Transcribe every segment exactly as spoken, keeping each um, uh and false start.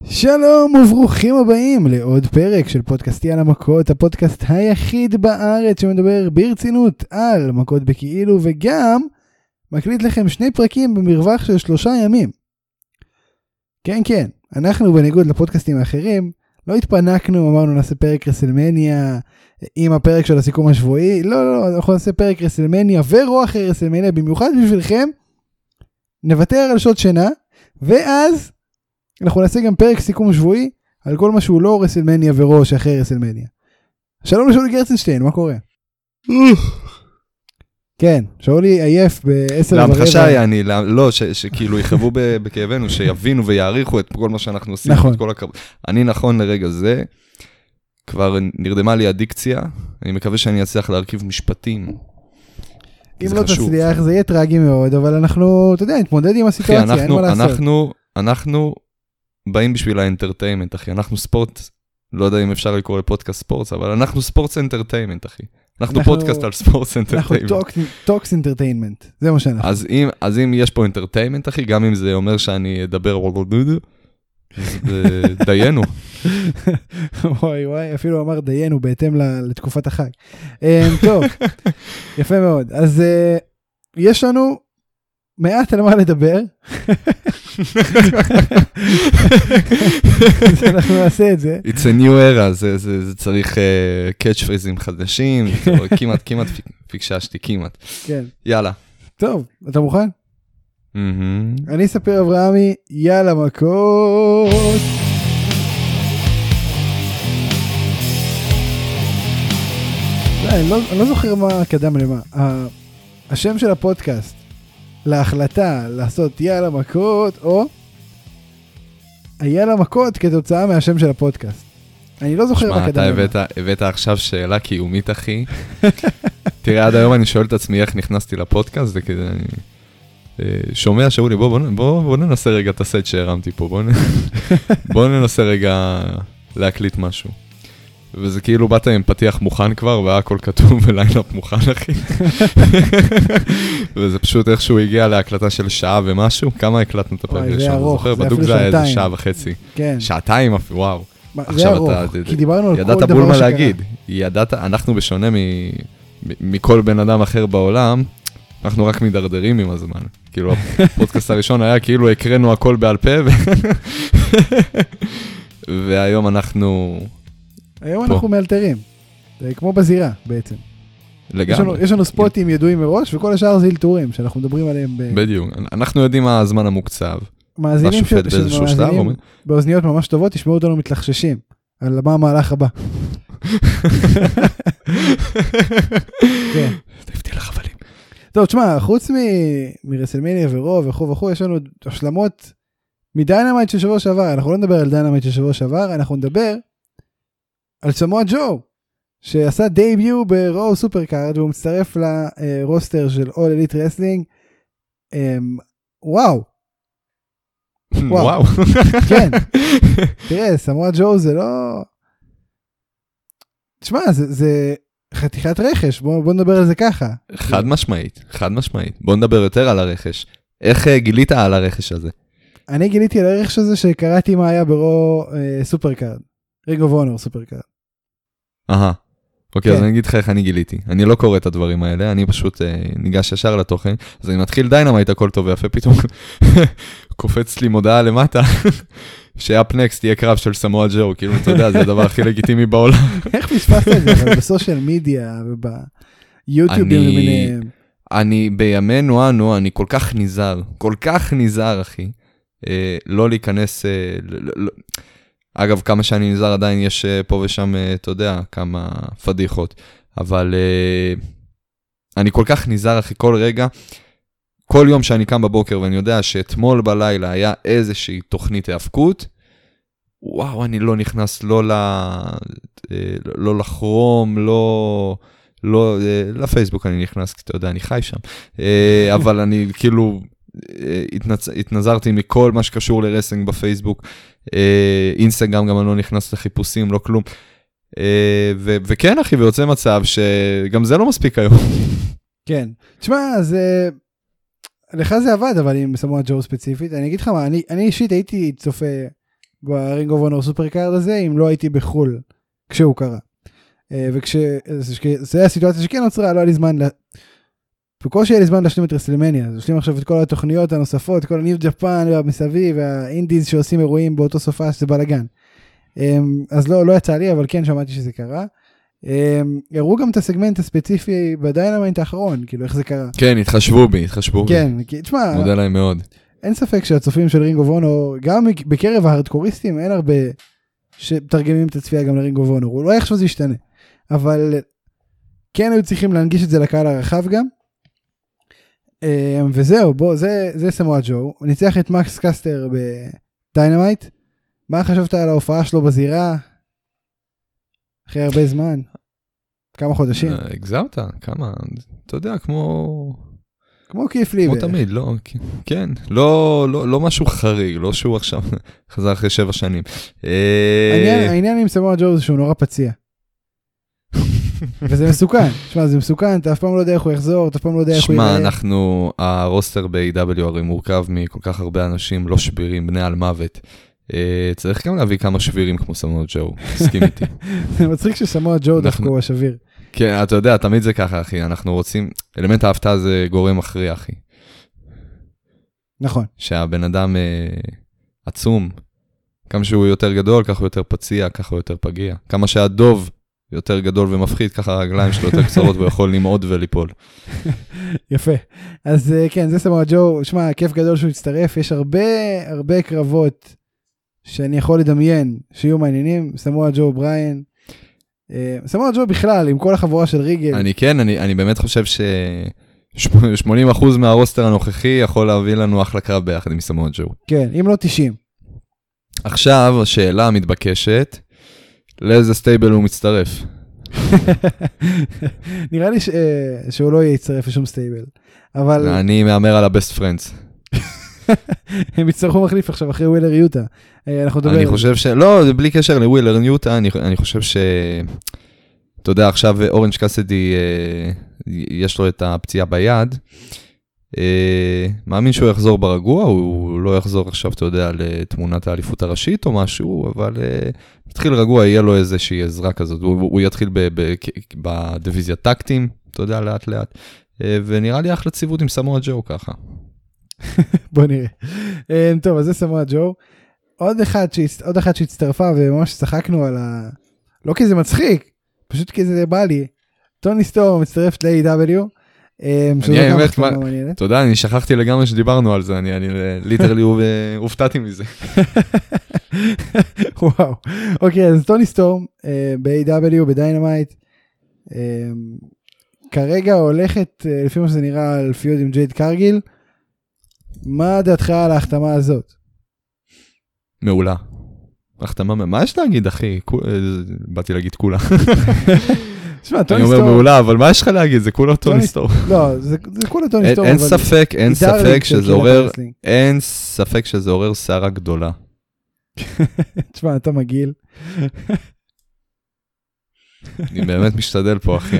שלום וברוכים הבאים לעוד פרק של פודקאסטי על המכות, הפודקאסט היחיד בארץ שמדבר ברצינות על מכות בכאילו, וגם מקליט לכם שני פרקים במרווח של שלושה ימים. כן כן, אנחנו בניגוד לפודקאסטים האחרים לא התפנקנו, אמרנו נעשה פרק רסלמניה עם הפרק של הסיכום השבועי, לא לא, אנחנו נעשה פרק רסלמניה ורוח רסלמניה במיוחד בשבילכם, נוותר על שעות שינה, ואז אנחנו נעשה גם פרק סיכום שבועי על כל מה שהוא לא רסלמניה וראש אחרי רסלמניה. שלום לשאולי גרצנשטיין, מה קורה? כן, שאולי עייף בעשר ורבע. להמחשה היה אני, לא, שכאילו יחוו בכאבנו, שיבינו ויעריכו את כל מה שאנחנו עושים. נכון. אני נכון לרגע זה, כבר נרדמה לי אדיקציה, אני מקווה שאני אצליח להרכיב משפטים. אם לא תצליח, זה יהיה טרגי מאוד, אבל אנחנו, אתה יודע, נתמודד עם הסיטואציה, אין מה לעשות. אנחנו, אנחנו באים בשביל האנטרטיימנט, אחי. אנחנו ספורט, לא יודע אם אפשר לקרוא לפודקאסט ספורט, אבל אנחנו ספורט אנטרטיימנט, אחי. אנחנו פודקאסט על ספורט אנטרטיימנט. אנחנו טוקס אנטרטיינמנט, זה מה שאנחנו. אז אם יש פה אנטרטיימנט, אחי, גם אם זה אומר שאני אדבר רודודודו, דיינו. וואי וואי, אפילו אמר דיינו בהתאם לתקופת החג. טוב, יפה מאוד. אז יש לנו מעט על מה לדבר. אז אנחנו נעשה את זה. It's a new era, זה צריך catch phrases חדשים, כמעט, כמעט פיקששתי, כמעט. כן. יאללה. טוב, אתה מוכן? אני אספר אברהמי, יאללה מכות. אני לא זוכר מה קדם למה. השם של הפודקאסט להחלטה לעשות יאללה מכות, או היאללה מכות כתוצאה מהשם של הפודקאסט. אני לא זוכר מה קדם למה. שמע, אתה הבאת עכשיו שאלה קיומית, אחי. תראה, עד היום אני שואל את עצמי איך נכנסתי לפודקאסט, וכדי אני שומע שאולי, בוא, בוא, בוא, בוא ננסה רגע את הסט שהרמתי פה, בוא, בוא ננסה רגע להקליט משהו. וזה כאילו באת עם פתיח מוכן כבר, והכל כתוב בליינאפ מוכן, אחי. וזה פשוט איכשהו הגיע להקלטה של שעה ומשהו. כמה הקלטנו את הפרק זה ארוך, זה אפילו זה היה איזה שעתיים. שעה וחצי. כן. שעתיים אפילו, וואו. זה ארוך, כי דיברנו על כל דבר שקרה. ידעת בול מה להגיד. ידעת, אנחנו בשונה מכל בן אדם אחר בעולם, אנחנו רק מדרדרים עם הזמן. כאילו, הפודקאסט הראשון היה כאילו הקראנו הכל בעל פה, והיום אנחנו... היום אנחנו מאלתרים, זה כמו בזירה בעצם. לגמרי. יש לנו ספוטים ידועים מראש, וכל השאר זה אלתורים שאנחנו מדברים עליהם. בדיוק, אנחנו יודעים מה הזמן המוקצב. מאזינים שמאזינים באוזניות ממש טובות, תשמעו אותנו מתלחששים, על מה המהלך הבא. כן. תפתיע לחבלים. טוב, תשמע, חוץ מרסלמניה ורוב וכו' וכו', יש לנו השלמות מדיינמייט של שבוע שעבר. אנחנו לא נדבר על דיינמייט של שבוע שעבר, אנחנו נדבר על סמואה ג'ו, שעשה דייביו ברואו סופרקארד, והוא מצטרף לרוסטר של All Elite Wrestling. וואו. וואו. כן. תראה, סמואה ג'ו זה לא... תשמע, זה חתיכת רכש, בוא נדבר על זה ככה. חד משמעית, חד משמעית. בוא נדבר יותר על הרכש. איך גילית על הרכש הזה? אני גיליתי על הרכש הזה שקראתי מה היה ברואו סופרקארד. ריג אוף אונור סופרקארד. אהה, אוקיי, אז אני אגיד לך איך אני גיליתי. אני לא קורא את הדברים האלה, אני פשוט ניגש ישר לתוכן, אז אני מתחיל דיינמייט, הכל טוב ויפה, פתאום קופץ לי מודעה למטה, שאפ נקסט יהיה קרב של סמואה ג'ו, כאילו אתה יודע, זה הדבר הכי לגיטימי בעולם. איך פספסת את זה? בסושיאל מדיה וביוטיובים למיניהם. אני בימינו אנו, אני כל כך נזהר, כל כך נזהר, אחי, לא להיכנס... אגב, כמה שאני נזהר עדיין יש פה ושם, אתה יודע, כמה פדיחות. אבל uh, אני כל כך נזהר, אחי, כל רגע, כל יום שאני קם בבוקר, ואני יודע שאתמול בלילה היה איזושהי תוכנית האבקות, וואו, אני לא נכנס לא, ל, לא לחרום, לא, לא, לפייסבוק אני נכנס, כי אתה יודע, אני חי שם. אבל אני כאילו... התנצ... התנזרתי מכל מה שקשור לרסלינג בפייסבוק, אינסטגרם גם אני לא נכנס לחיפושים, לא כלום, ו... וכן אחי, ויוצא מצב שגם זה לא מספיק היום. כן, תשמע, אז לך זה עבד, אבל עם סמואה ג'ו ספציפית, אני אגיד לך מה, אני, אני אישית הייתי צופה ברינג אוף אונור סופרקארד הזה, אם לא הייתי בחול, כשהוא קרה. וכשזה הסיטואציה שכן נוצרה, לא היה לי זמן, בקושי היה לי זמן להשלים את רסלמניה, אז להשלים עכשיו את כל התוכניות הנוספות, כל הניו ג'פן והמסביב, והאינדיז שעושים אירועים באותו סופה, שזה בלגן. אז לא, לא יצא לי, אבל כן שמעתי שזה קרה. הראו גם את הסגמנט הספציפי בדיינמייט האחרון, כאילו איך זה קרה. כן, התחשבו בי, התחשבו בי. כן, תשמע, מודה להם מאוד. אין ספק שהצופים של רינג אוף אונור, גם בקרב ההרדקוריסטים, אין הרבה שתרגמים את הצפייה גם לרינג אוף אונור, הוא לא יחשוב שזה ישתנה, אבל כן היו צריכים להנגיש את זה לקהל הרחב גם, וזהו, בוא, זה, זה סמואה ג'ו, הוא ניצח את מקס קסטר בדיינמייט, מה חשבת על ההופעה שלו בזירה, אחרי הרבה זמן, כמה חודשים? הגזמת, כמה, אתה יודע, כמו... כמו כיף לי. כמו תמיד, לא, כן, לא, לא, לא משהו חריג, לא שהוא עכשיו חזר אחרי שבע שנים. העניין עם סמואה ג'ו זה שהוא נורא פציע. וזה מסוכן, שמע, זה מסוכן, אתה אף פעם לא יודע איך הוא יחזור, אתה אף פעם לא יודע איך הוא יראה. שמע, אנחנו, הרוסטר ב-איי דאבליו הרי מורכב מכל כך הרבה אנשים לא שבירים, בני על מוות. צריך גם להביא כמה שבירים כמו סמואה ג'ו, תסכים איתי. זה מצחיק שסמואה ג'ו דווקא הוא השביר. כן, אתה יודע, תמיד זה ככה, אחי, אנחנו רוצים, אלמנט ההפתעה זה גורם מכריע, אחי. נכון. שהבן אדם אה, עצום, כמה שהוא יותר גדול, ככה הוא יותר פציע, ככה הוא יותר פגיע. כמה שהדוב יותר גדול ומפחיד, ככה הרגליים שלו יותר קצרות, והוא יכול למעוד וליפול. יפה. אז כן, זה סמואה ג'ו, שמע, כיף גדול שהוא יצטרף, יש הרבה, הרבה קרבות שאני יכול לדמיין שיהיו מעניינים, סמואה ג'ו, בריין, סמואה ג'ו בכלל, עם כל החבורה של ריגל. אני כן, אני, אני באמת חושב ש-שמונים אחוז מהרוסטר הנוכחי יכול להביא לנו אחלה קרב ביחד עם סמואה ג'ו. כן, אם לא תשעים. עכשיו, השאלה המתבקשת, לאיזה סטייבל הוא מצטרף? נראה לי ש... שהוא לא יצטרף לשום סטייבל. אבל... אני מאמר על הבסט פרנדס. הם יצטרכו מחליף עכשיו אחרי ווילר יוטה. אנחנו נדבר... אני חושב ש... לא, בלי קשר לווילר יוטה, אני, אני חושב ש... אתה יודע, עכשיו אורנג' קאסדי, יש לו את הפציעה ביד. מאמין שהוא יחזור ברגוע, הוא לא יחזור עכשיו, אתה יודע, לתמונת האליפות הראשית או משהו, אבל יתחיל רגוע, יהיה לו איזושהי עזרה כזאת. הוא, הוא יתחיל ב, ב, בדיוויזיה טקטים, אתה יודע, לאט לאט. ונראה לי אחלה ציוות עם סמואה ג'ו ככה. בוא נראה. טוב, אז זה סמואה ג'ו. עוד אחד, שהצ... עוד אחד שהצטרפה, וממש צחקנו על ה... לא כי זה מצחיק, פשוט כי זה בא לי. טוני סטורם מצטרפת ל-איי דאבליו. אני האמת, אתה יודע, אני שכחתי לגמרי שדיברנו על זה, אני ליטרלי הופתעתי מזה. וואו. אוקיי, אז טוני סטורם ב-איי דאבליו, בדיינמייט, כרגע הולכת, לפי מה שזה נראה, על פיוד עם ג'ייד קרגיל. מה דעתך על ההחתמה הזאת? מעולה. החתמה, מה יש להגיד, אחי? באתי להגיד כולה. אני אומר מעולה, אבל מה יש לך להגיד? זה כולה טוני סטורם. לא, זה כולה טוני סטורם. אין ספק, אין ספק שזה עורר, אין ספק שזה עורר שערה גדולה. תשמע, אתה מגעיל. אני באמת משתדל פה, אחי.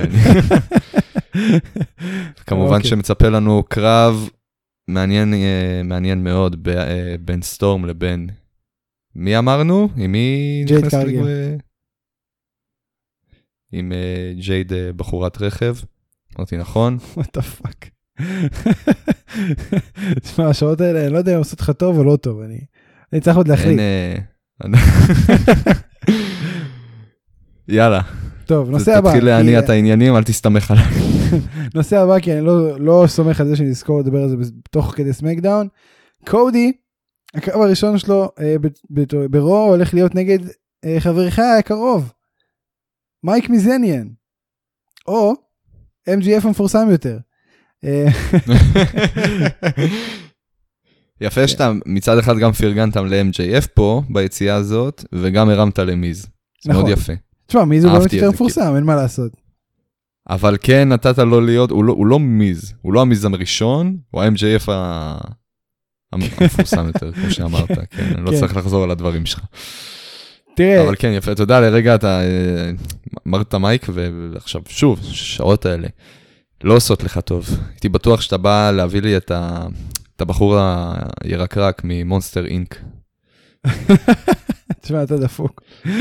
כמובן שמצפה לנו קרב מעניין, מעניין מאוד בין סטורם לבין... מי אמרנו? עם מי נכנס לגבי... עם ג'ייד בחורת רכב. אמרתי נכון? What the fuck? תשמע, השעות האלה, אני לא יודע אם עושות לך טוב או לא טוב, אני צריך עוד להחליט. יאללה. טוב, נושא הבא. תתחיל להניע את העניינים, אל תסתמך עליי. נושא הבא, כי אני לא סומך על זה שאני אזכור לדבר על זה תוך כדי סמקדאון. קודי, הקרב הראשון שלו ברו הולך להיות נגד חברך הקרוב. מייק מיזניאן, או אם ג'י אף המפורסם יותר. יפה שאתה מצד אחד גם פרגנת ל-אם ג'יי אף פה ביציאה הזאת, וגם הרמת למיז. זה מאוד יפה. תשמע, מיז הוא באמת יותר מפורסם, אין מה לעשות. אבל כן נתת לו להיות, הוא לא מיז, הוא לא המיז הראשון, הוא ה-אם ג'יי אף המפורסם יותר, כמו שאמרת, כן, אני לא צריך לחזור על הדברים שלך. תראה. אבל כן, יפה, תודה, לרגע אתה אמרת מייק, ועכשיו שוב, שעות האלה, לא עושות לך טוב. הייתי בטוח שאתה בא להביא לי את הבחור הירקרק ממונסטר אינק. תשמע, אתה דפוק.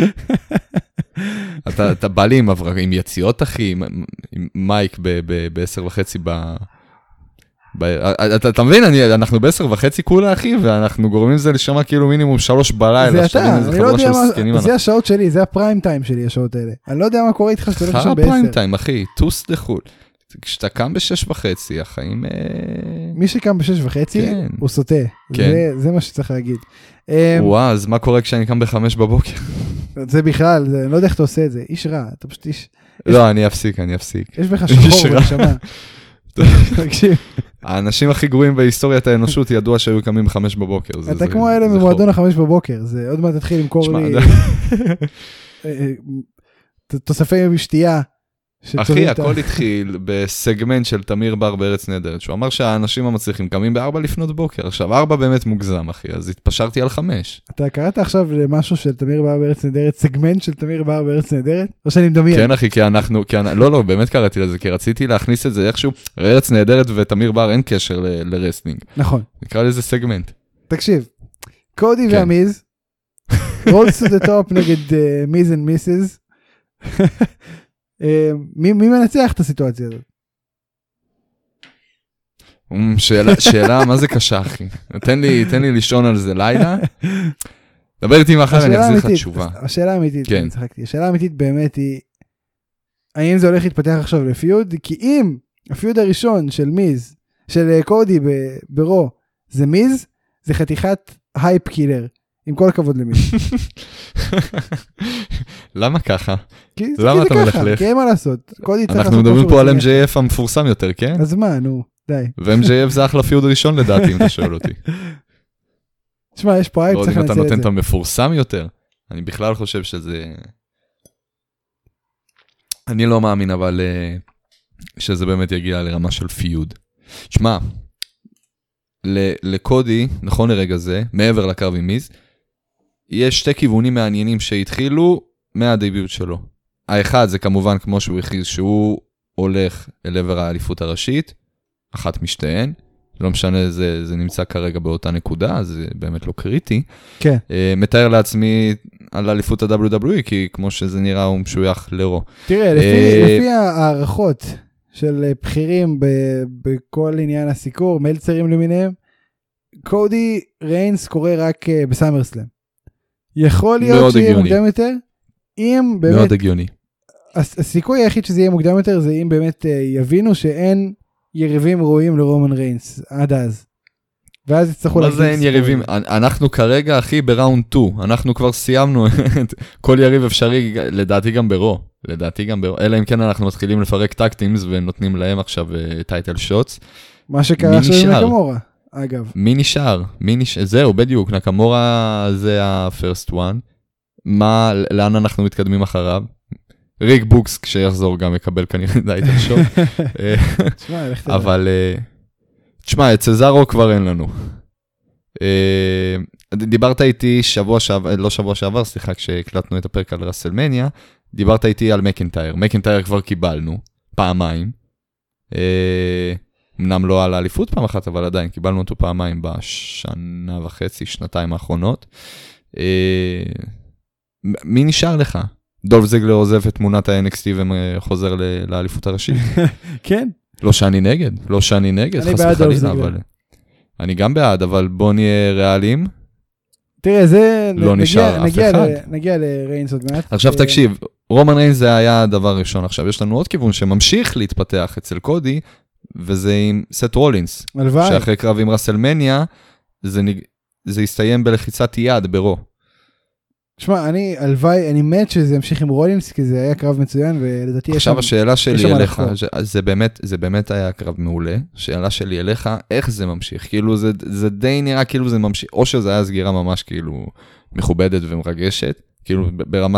אתה, אתה בא לי עם, עם יציאות, אחי, עם, עם מייק ב-עשר וחצי ב... ב... אתה, אתה מבין, אני, אנחנו ב-עשר וחצי כולה, אחי, ואנחנו גורמים זה לשמה כאילו מינימום שלוש בלילה. זה אתה, אני לא יודע מה, זה השעות שלי, זה הפריים טיים שלי, השעות האלה. אני לא יודע מה קורה איתך, שאתה הולך שם בעשר. הפריים טיים, אחי, טוס לחול. כשאתה קם בשש וחצי, החיים... מי שקם בשש וחצי, הוא סוטה. זה מה שצריך להגיד. וואו, אז מה קורה כשאני קם בחמש בבוקר? זה בכלל, אני לא יודע איך אתה עושה את זה. איש רע, אתה פשוט איש... לא, אני אפסיק, אני אפסיק. יש בך שחור בנשמה. תקשיב. האנשים הכי גרועים בהיסטוריית האנושות ידוע שהיו קמים בחמש בבוקר. אתה כמו האלה ממועדון החמש בבוקר, זה עוד מעט תתחיל למכור לי תוספי משתייה. אחי, הכל התחיל בסגמנט של תמיר בר בארץ נהדרת, שהוא אמר שהאנשים המצליחים קמים בארבע לפנות בוקר, עכשיו ארבע באמת מוגזם, אחי, אז התפשרתי על חמש. אתה קראת עכשיו למשהו של תמיר בר בארץ נהדרת, סגמנט של תמיר בר בארץ נהדרת? או שאני מדמיין? כן, אחי, כי אנחנו, לא, לא, באמת קראתי לזה, כי רציתי להכניס את זה איכשהו, ארץ נהדרת ותמיר בר אין קשר לרסלינג. נכון. נקרא לזה סגמנט. תקשיב, קודי והמיז, רולס טו דה טופ נגד מיז אנד מיסס, מי, מי מנצח את הסיטואציה הזאת? שאלה, שאלה, מה זה קשה, אחי? תן לי, תן לי לישון על זה לילה. דבר איתי מאחר, אני אחזיר לך תשובה. השאלה האמיתית, כן. השאלה האמיתית באמת היא, האם זה הולך להתפתח עכשיו לפיוד? כי אם הפיוד הראשון של מיז, של קודי ברו, זה מיז, זה חתיכת הייפ קילר. עם כל הכבוד למיז. למה ככה? כי זה ככה, כי אין מה לעשות. אנחנו מדברים פה על אם ג'יי אף המפורסם יותר, כן? אז מה, נו, די. ו-אם ג'יי אף זה אחלה פיוד ראשון לדעתי, אם אתה שואל אותי. תשמע, יש פה הייפ, צריך לנצל את זה. אם אתה נותן את המפורסם יותר, אני בכלל חושב שזה... אני לא מאמין, אבל שזה באמת יגיע לרמה של פיוד. תשמע, לקודי, נכון לרגע זה, מעבר לקרב עם מיז, יש שתי כיוונים מעניינים שהתחילו מהדייביוט שלו. האחד זה כמובן כמו שהוא הכריז שהוא הולך אל עבר האליפות הראשית, אחת משתיהן, לא משנה, זה, זה נמצא כרגע באותה נקודה, זה באמת לא קריטי. כן. Uh, מתאר לעצמי על אליפות ה-דאבליו דאבליו אי, כי כמו שזה נראה הוא משוייך לרו. תראה, לפי, לפי הערכות של בכירים בכל עניין הסיקור, מלצרים למיניהם, קודי ריינס קורה רק בסאמרסלאם. יכול להיות שיהיה מוקדם יותר, אם באמת... מאוד הגיוני. הסיכוי היחיד שזה יהיה מוקדם יותר, זה אם באמת יבינו שאין יריבים ראויים לרומן ריינס, עד אז. ואז יצטרכו להגיד... מה זה אין יריבים? אנחנו כרגע, אחי, בראונד שתיים. אנחנו כבר סיימנו את כל יריב אפשרי, לדעתי גם ברו. לדעתי גם ברו. אלא אם כן אנחנו מתחילים לפרק טקטימס, ונותנים להם עכשיו טייטל שוטס. מה שקרה עכשיו עם נקמורה, אגב. מי נשאר? מי נשאר? זהו, בדיוק. נקמורה זה ה-first one. מה, לאן אנחנו מתקדמים אחריו? ריק בוקס, כשיחזור גם יקבל כנראה טייטל שוט. אבל... תשמע, את סזארו כבר אין לנו. דיברת איתי שבוע שעבר, לא שבוע שעבר, סליחה, כשהקלטנו את הפרק על רסלמניה, דיברת איתי על מקינטייר. מקינטייר כבר קיבלנו, פעמיים. אמנם לא על האליפות פעם אחת, אבל עדיין, קיבלנו אותו פעמיים בשנה וחצי, שנתיים האחרונות. מי נשאר לך? דולף זיגלר עוזב את תמונת ה-אן אקס טי וחוזר לאליפות הראשית. כן. לא שאני נגד, לא שאני נגד, חס וחלילה, אבל... אני גם בעד, אבל בוא נהיה ריאליים. תראה, זה... לא נשאר אף אחד. נגיע לריינס עוד מעט. עכשיו תקשיב, רומן ריינס זה היה הדבר הראשון. עכשיו יש לנו עוד כיוון שממשיך להתפתח אצל קודי, וזה עם סט רולינס. הלוואי. שאחרי קרב עם רסלמניה, זה יסתיים בלחיצת יד ברו. תשמע, אני, הלוואי, אני מת שזה ימשיך עם רולינס, כי זה היה קרב מצוין, ולדעתי יש שם... עכשיו השאלה שלי אליך, זה באמת, זה באמת היה קרב מעולה, שאלה שלי אליך, איך זה ממשיך? כאילו זה, זה די נראה כאילו זה ממשיך, או שזה היה סגירה ממש כאילו מכובדת ומרגשת, כאילו ברמה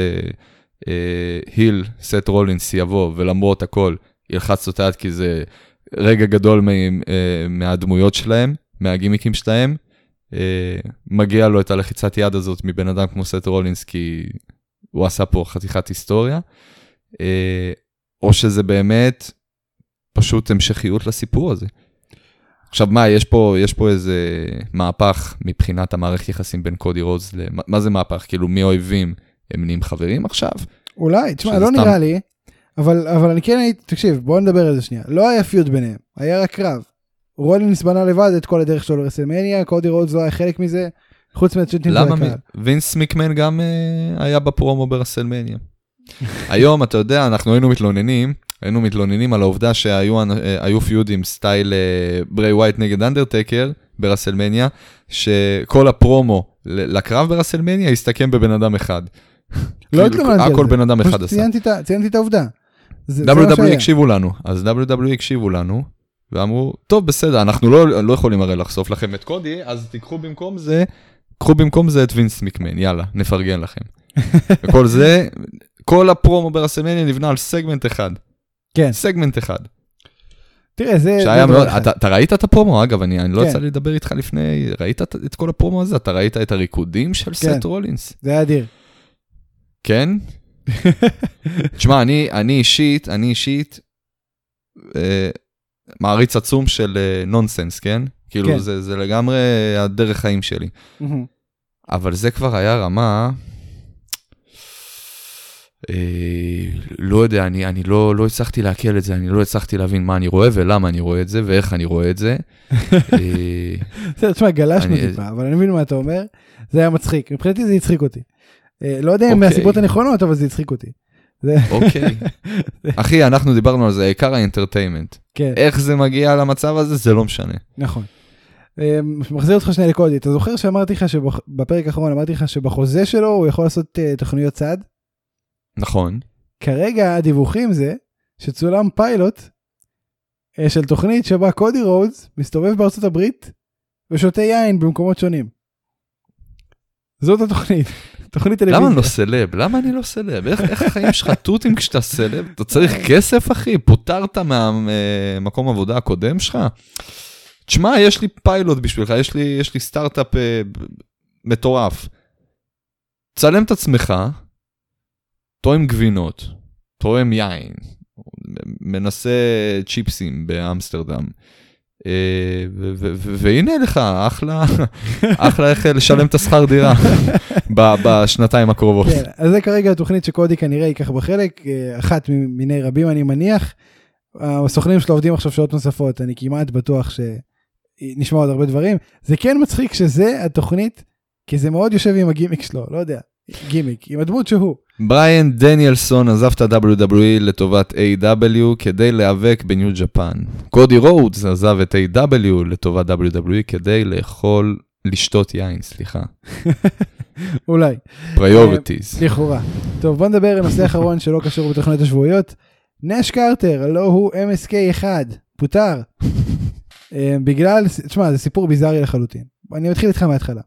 שהיל, סט רולינס יבוא, ולמרות הכל, ילחץ אותה עד כי זה רגע גדול מהדמויות שלהם, מהגימיקים שלהם, Uh, מגיע לו את הלחיצת יד הזאת מבן אדם כמו סט רולינס, כי הוא עשה פה חתיכת היסטוריה, uh, או שזה באמת פשוט המשכיות לסיפור הזה. עכשיו מה, יש פה, יש פה איזה מהפך מבחינת המערכת יחסים בין קודי רודס, למה, מה זה מהפך? כאילו מי אויבים, הם נהיים חברים עכשיו? אולי, תשמע, לא סתם... נראה לי, אבל, אבל אני כן הייתי, תקשיב, בואו נדבר על זה שנייה. לא היה פיוט ביניהם, היה רק קרב. רולינס בנה לבד את כל הדרך שלו לרסלמניה, קודי רודס לא היה חלק מזה, חוץ מהצ'וטים של הקהל. למה? וינס מקמן גם uh, היה בפרומו ברסלמניה. היום, אתה יודע, אנחנו היינו מתלוננים, היינו מתלוננים על העובדה שהיו פיודים סטייל ברי ווייט נגד אנדרטקר ברסלמניה, שכל הפרומו לקרב ברסלמניה הסתכם בבן אדם אחד. לא התלוננתי על זה. הכל בן אדם אחד עשה. ציינתי את העובדה. דאבליו דאבליו אי הקשיבו לנו, אז דאבליו דאבליו אי הקשיבו לנו, ואמרו, טוב בסדר, אנחנו לא, לא יכולים הרי לחשוף לכם את קודי, אז תיקחו במקום זה, קחו במקום זה את וינס מקמן, יאללה, נפרגן לכם. וכל זה, כל הפרומו ברסלמניה נבנה על סגמנט אחד. כן. סגמנט אחד. תראה, זה... שהיה מאוד, אתה, אתה ראית את הפרומו? אגב, אני, אני לא יצא לי לדבר איתך לפני, ראית את, את כל הפרומו הזה? אתה ראית את הריקודים של סט רולינס? זה היה אדיר. כן? תשמע, אני, אני אישית, אני אישית, אה, מעריץ עצום של אה, נונסנס, כן? כאילו, כן. זה, זה לגמרי הדרך חיים שלי. אבל זה כבר היה רמה... לא יודע, אני, אני לא, לא הצלחתי להקל את זה, אני לא הצלחתי להבין מה אני רואה ולמה אני רואה את זה ואיך אני רואה את זה. תשמע, גלשנו טיפה, אבל אני מבין מה אתה אומר, זה היה מצחיק, מבחינתי זה יצחיק אותי. לא יודע אם מהסיבות הנכונות, אבל זה יצחיק אותי. אוקיי. אחי, אנחנו דיברנו על זה, עיקר האנטרטיימנט. איך זה מגיע למצב הזה, זה לא משנה. נכון. מחזיר אותך שנייה לקודי, אתה זוכר שאמרתי לך שבפרק האחרון אמרתי לך שבחוזה שלו הוא יכול לעשות תוכניות צעד? נכון. כרגע הדיווחים זה שצולם פיילוט של תוכנית שבה קודי רודס מסתובב בארצות הברית ושותה יין במקומות שונים. זאת התוכנית. תוכנית טלוויזיה. למה אני לא סלב? למה אני לא סלב? איך, איך החיים שלך תותים כשאתה סלב? אתה צריך כסף, אחי? פוטרת מהמקום עבודה הקודם שלך? תשמע, יש לי פיילוט בשבילך, יש לי, יש לי סטארט-אפ אה, מטורף. צלם את עצמך, תואם גבינות, תואם יין, מנסה צ'יפסים באמסטרדם, והנה לך, אחלה, אחלה איך לשלם את השכר דירה בשנתיים הקרובות. אז זה כרגע התוכנית שקודי כנראה ייקח בחלק, אחת מיני רבים אני מניח, הסוכנים שלו עובדים עכשיו שעות נוספות, אני כמעט בטוח שנשמע עוד הרבה דברים, זה כן מצחיק שזה התוכנית, כי זה מאוד יושב עם הגימיק שלו, לא יודע. גימיק, עם הדמות שהוא. בריאן דניאלסון עזב את ה-דאבליו דאבליו אי לטובת איי דאבליו כדי להיאבק בניו ג'פן. קודי רודס עזב את איי דאבליו לטובת דאבליו דאבליו אי כדי לאכול, לשתות יין, סליחה. אולי. פריוריטיז. לכאורה. טוב, בוא נדבר על נושא האחרון שלא קשור בתוכניות השבועיות. נש קרטר, הלא הוא אם אס קיי אחד, פוטר. בגלל, תשמע, זה סיפור ביזארי לחלוטין. אני מתחיל איתך מההתחלה.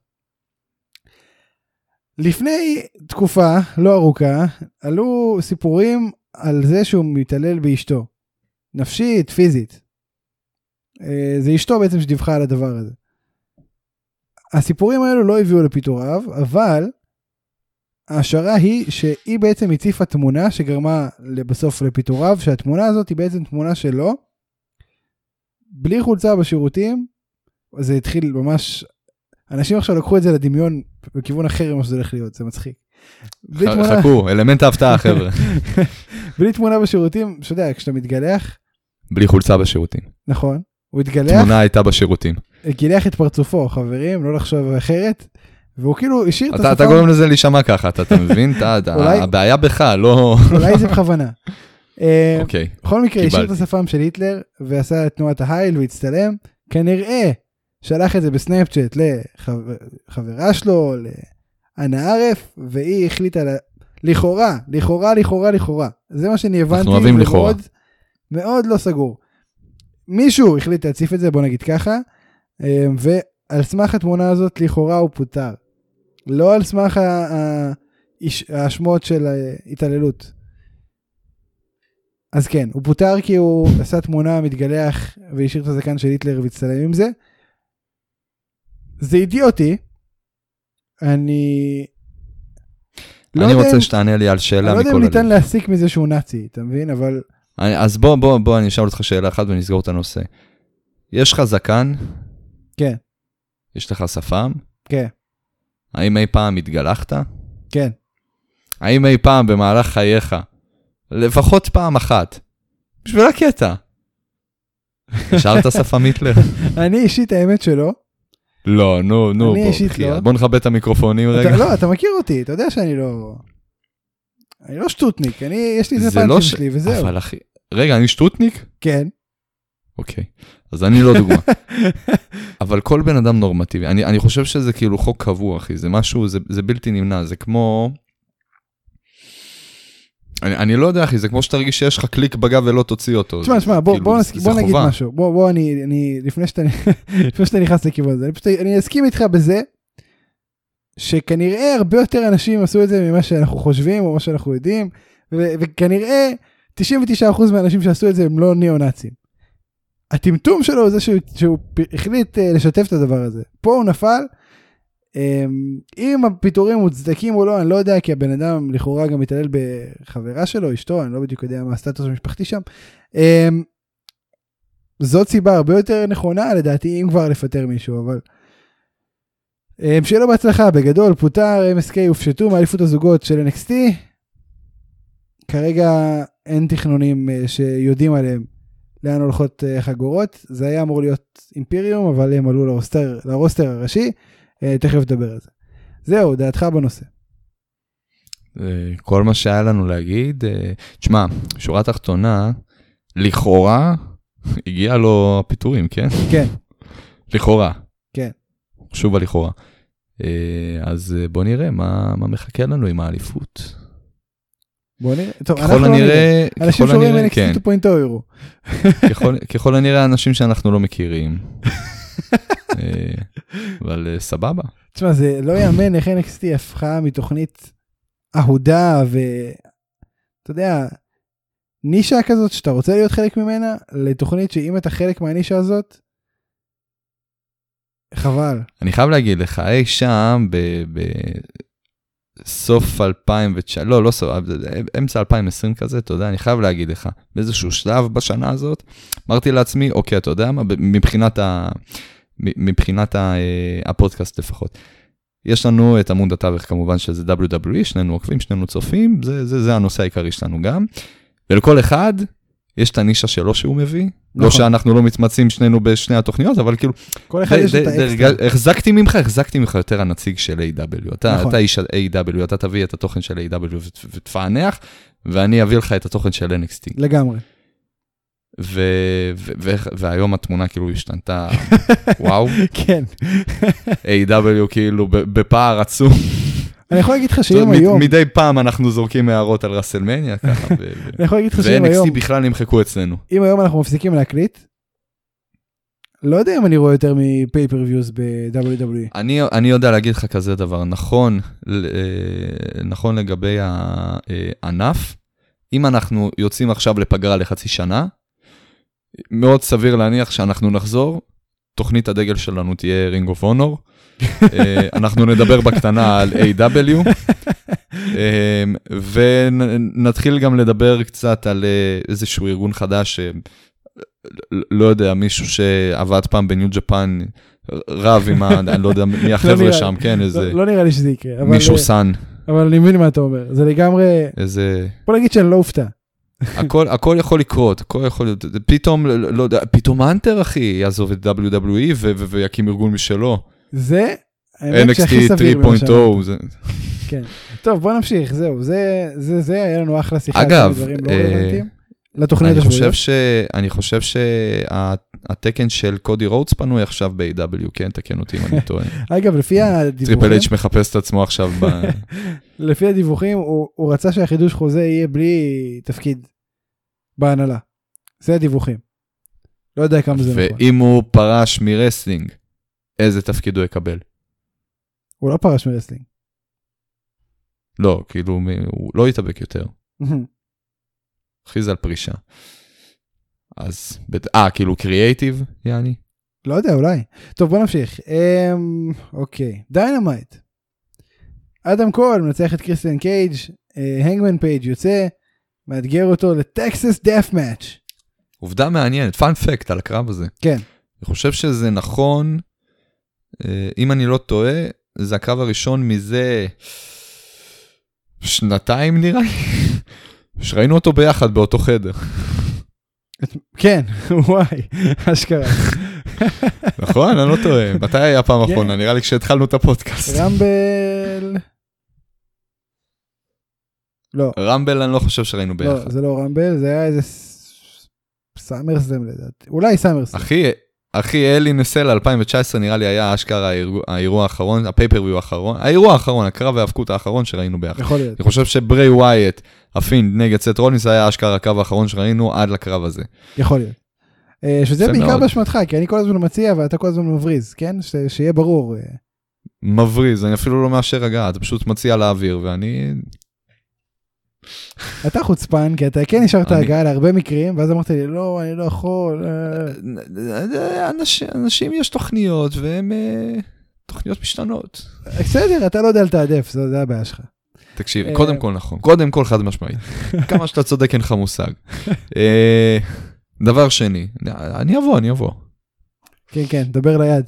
לפני תקופה לא ארוכה, עלו סיפורים על זה שהוא מתעלל באשתו. נפשית, פיזית. זה אשתו בעצם שדיווחה על הדבר הזה. הסיפורים האלו לא הביאו לפיטוריו, אבל ההשערה היא שהיא בעצם הציפה תמונה שגרמה בסוף לפיטוריו, שהתמונה הזאת היא בעצם תמונה שלו, בלי חולצה בשירותים, זה התחיל ממש... אנשים עכשיו לקחו את זה לדמיון בכיוון אחר ממה שזה הולך להיות, זה מצחיק. חכו, אלמנט ההפתעה, חבר'ה. בלי תמונה בשירותים, שאתה יודע, כשאתה מתגלח... בלי חולצה בשירותים. נכון, הוא התגלח... תמונה הייתה בשירותים. גילח את פרצופו, חברים, לא לחשוב אחרת, והוא כאילו השאיר את השפם... אתה גורם לזה להישמע ככה, אתה מבין? הבעיה בך, לא... אולי זה בכוונה. אוקיי, בכל מקרה, השאיר את השפם של היטלר, ועשה את תנועת ההייל והצטלם, כנראה... שלח את זה בסנאפצ'אט לחברה שלו, לאנה ערף, והיא החליטה, לכאורה, לכאורה, לכאורה, לכאורה. זה מה שאני הבנתי. אנחנו אוהבים לכאורה. מאוד לא סגור. מישהו החליט להציף את זה, בוא נגיד ככה, ועל סמך התמונה הזאת, לכאורה הוא פוטר. לא על סמך האשמות של התעללות. אז כן, הוא פוטר כי הוא עשה תמונה, מתגלח, והשאיר את הזקן של היטלר והצטלם עם זה. זה אידיוטי, אני... אני רוצה שתענה לי על שאלה מכל הלב. אני לא יודע אם ניתן להסיק מזה שהוא נאצי, אתה מבין? אבל... אז בוא, בוא, בוא, אני אשאל אותך שאלה אחת ונסגור את הנושא. יש לך זקן? כן. יש לך שפם? כן. האם אי פעם התגלחת? כן. האם אי פעם במהלך חייך, לפחות פעם אחת, בשביל הקטע, השארת שפם היטלר? אני אישית האמת שלא. לא, נו, נו, אני בוא, אישית לא. בוא נכבד את המיקרופונים אתה, רגע. לא, אתה מכיר אותי, אתה יודע שאני לא... אני לא שטוטניק, אני, יש לי איזה פאנצ'ים לא ש... שלי וזהו. אבל אחי, רגע, אני שטוטניק? כן. אוקיי, אז אני לא דוגמה. אבל כל בן אדם נורמטיבי, אני, אני חושב שזה כאילו חוק קבוע, אחי, זה משהו, זה, זה בלתי נמנע, זה כמו... אני, אני לא יודע, אחי, זה כמו שתרגיש שיש לך קליק בגב ולא תוציא אותו. תשמע, תשמע, בוא, כאילו, בוא, זה, נסק... זה בוא נגיד חובה. משהו. בוא, בוא, אני, אני, לפני שאתה, לפני שאתה נכנס לכיוון הזה, אני פשוט, אני אסכים איתך בזה, שכנראה הרבה יותר אנשים עשו את זה ממה שאנחנו חושבים, או מה שאנחנו יודעים, ו- וכנראה תשעים ותשעה אחוז מהאנשים שעשו את זה הם לא ניאו-נאצים. הטמטום שלו זה שהוא, שהוא החליט uh, לשתף את הדבר הזה. פה הוא נפל, um, אם הפיתורים מוצדקים או לא, אני לא יודע, כי הבן אדם לכאורה גם מתעלל בחברה שלו, אשתו, אני לא בדיוק יודע מה הסטטוס המשפחתי שם. Um, זאת סיבה הרבה יותר נכונה, לדעתי, אם כבר לפטר מישהו, אבל... Um, שיהיה לו בהצלחה, בגדול, פוטר, אם אס קיי הופשטו מאליפות הזוגות של אן אקס טי, כרגע אין תכנונים uh, שיודעים עליהם, לאן הולכות uh, חגורות, זה היה אמור להיות אימפיריום, אבל הם עלו לרוסטר, לרוסטר הראשי, uh, תכף נדבר על זה. זהו, דעתך בנושא. כל מה שהיה לנו להגיד, תשמע, שורה תחתונה, לכאורה, הגיע לו הפיתורים, כן? כן. לכאורה. כן. שוב הלכאורה. אז בוא נראה מה, מה מחכה לנו עם האליפות. בוא נראה. טוב, ככל הנראה, אנשים שרואים אן אקס טי שתיים נקודה אפס יורו. ככל הנראה אנשים שאנחנו לא מכירים. אבל סבבה. תשמע, זה לא יאמן איך אן אקס טי הפכה מתוכנית אהודה ואתה יודע, נישה כזאת שאתה רוצה להיות חלק ממנה, לתוכנית שאם אתה חלק מהנישה הזאת, חבל. אני חייב להגיד לך, אי שם בסוף אלפיים ותשע, לא, לא סוף, אמצע אלפיים ועשרים כזה, אתה יודע, אני חייב להגיד לך, באיזשהו שלב בשנה הזאת, אמרתי לעצמי, אוקיי, אתה יודע מה, מבחינת ה... מבחינת הפודקאסט לפחות. יש לנו את עמוד התווך כמובן שזה דאבליו דאבליו אי, שנינו עוקבים, שנינו צופים, זה, זה, זה הנושא העיקרי שלנו גם. ולכל אחד יש את הנישה שלו שהוא מביא, נכון. לא שאנחנו לא מתמצאים שנינו בשני התוכניות, אבל כאילו, כל אחד יש את האקסטרה. החזקתי ממך, החזקתי ממך יותר הנציג של איי דאבליו. אתה, נכון. אתה איש איי דאבליו, אתה תביא את התוכן של איי דאבליו ותפענח, ואני אביא לך את התוכן של אן אקס טי. לגמרי. ו- ו- ו- והיום התמונה כאילו השתנתה, וואו. כן. איי דאבליו כאילו בפער עצום. אני יכול להגיד לך שאם היום... מדי פעם אנחנו זורקים הערות על רסלמניה ככה. אני יכול להגיד לך שאם ו-אן אקס טי היום... בכלל נמחקו אצלנו. אם היום אנחנו מפסיקים להקליט, לא יודע אם אני רואה יותר מפייפריוויוז ב-דאבליו דאבליו אי. אני, אני יודע להגיד לך כזה דבר, נכון, נכון לגבי הענף, אם אנחנו יוצאים עכשיו לפגרה לחצי שנה, מאוד סביר להניח שאנחנו נחזור, תוכנית הדגל שלנו תהיה רינג אוף אונור, אנחנו נדבר בקטנה על איי דאבליו, ונתחיל גם לדבר קצת על איזשהו ארגון חדש, לא יודע, מישהו שעבד פעם בניו ג'פן, רב עם ה... אני לא יודע מי החבר'ה שם, כן, איזה... לא נראה לי שזה יקרה. מישהו סן. אבל אני מבין מה אתה אומר, זה לגמרי... איזה... בוא נגיד שאני לא אופתע. הכל, הכל יכול לקרות, הכל יכול להיות, פתאום, לא יודע, פתאום אנטר, אחי, יעזוב את דאבליו דאבליו אי ויקים ארגון משלו. זה, אן אקס טי שלוש נקודה אפס. כן. טוב, בוא נמשיך, זהו, זה, זה, זה, היה לנו אחלה שיחה. אגב, לתוכנית השבועיות. אני חושב שהתקן של קודי רודס פנוי עכשיו ב-איי דאבליו, כן, תקן אותי אם אני טועה. אגב, לפי הדיווחים... טריפל אייץ' מחפש את עצמו עכשיו ב... לפי הדיווחים, הוא רצה שהחידוש חוזה יהיה בלי תפקיד בהנהלה. זה הדיווחים. לא יודע כמה זה נכון. ואם הוא פרש מרסלינג, איזה תפקיד הוא יקבל? הוא לא פרש מרסלינג. לא, כאילו, הוא לא יתאבק יותר. הכריז על פרישה. אז, אה, כאילו קריאייטיב, יעני? לא יודע, אולי. טוב, בוא נמשיך. אוקיי, דיינמייט. אדם קול מנצח את קריסטיאן קייג', הנגמן פייג' יוצא, מאתגר אותו לטקסס דף מאץ'. עובדה מעניינת, פאנ פקט על הקרב הזה. כן. אני חושב שזה נכון, אם אני לא טועה, זה הקרב הראשון מזה שנתיים נראה לי, שראינו אותו ביחד באותו חדר. כן, וואי, אשכרה. נכון, אני לא טועה. מתי היה הפעם האחרונה? נראה לי כשהתחלנו את הפודקאסט. רמבל... לא. רמבל אני לא חושב שראינו ביחד. לא, זה לא רמבל, זה היה איזה סאמרסלאם לדעתי. אולי סאמרסלאם. אחי, אחי, אלי נסל אלפיים תשע עשרה נראה לי היה אשכרה האירוע האחרון, הפייפריוויו האחרון, האירוע האחרון, הקרב והאבקות האחרון שראינו ביחד. יכול להיות. אני חושב שברי ווייט, הפינד נגד סט רולינס, היה אשכרה הקרב האחרון שראינו עד לקרב הזה. יכול להיות. שזה בעיקר בשמתך, כי אני כל הזמן מציע ואתה כל הזמן מבריז, כן? שיהיה ברור. מבריז, אני אפילו לא מאשר הגעה, אתה פשוט מציע לאוויר, ואני... אתה חוצפן, כי אתה כן נשארת הגעה להרבה מקרים, ואז אמרת לי, לא, אני לא יכול. אנשים יש תוכניות, והן תוכניות משתנות. בסדר, אתה לא יודע לתעדף, זה הבעיה שלך. תקשיב, קודם כל נכון, קודם כל חד משמעית. כמה שאתה צודק אין לך מושג. דבר שני, אני אבוא, אני אבוא. כן, כן, דבר ליד.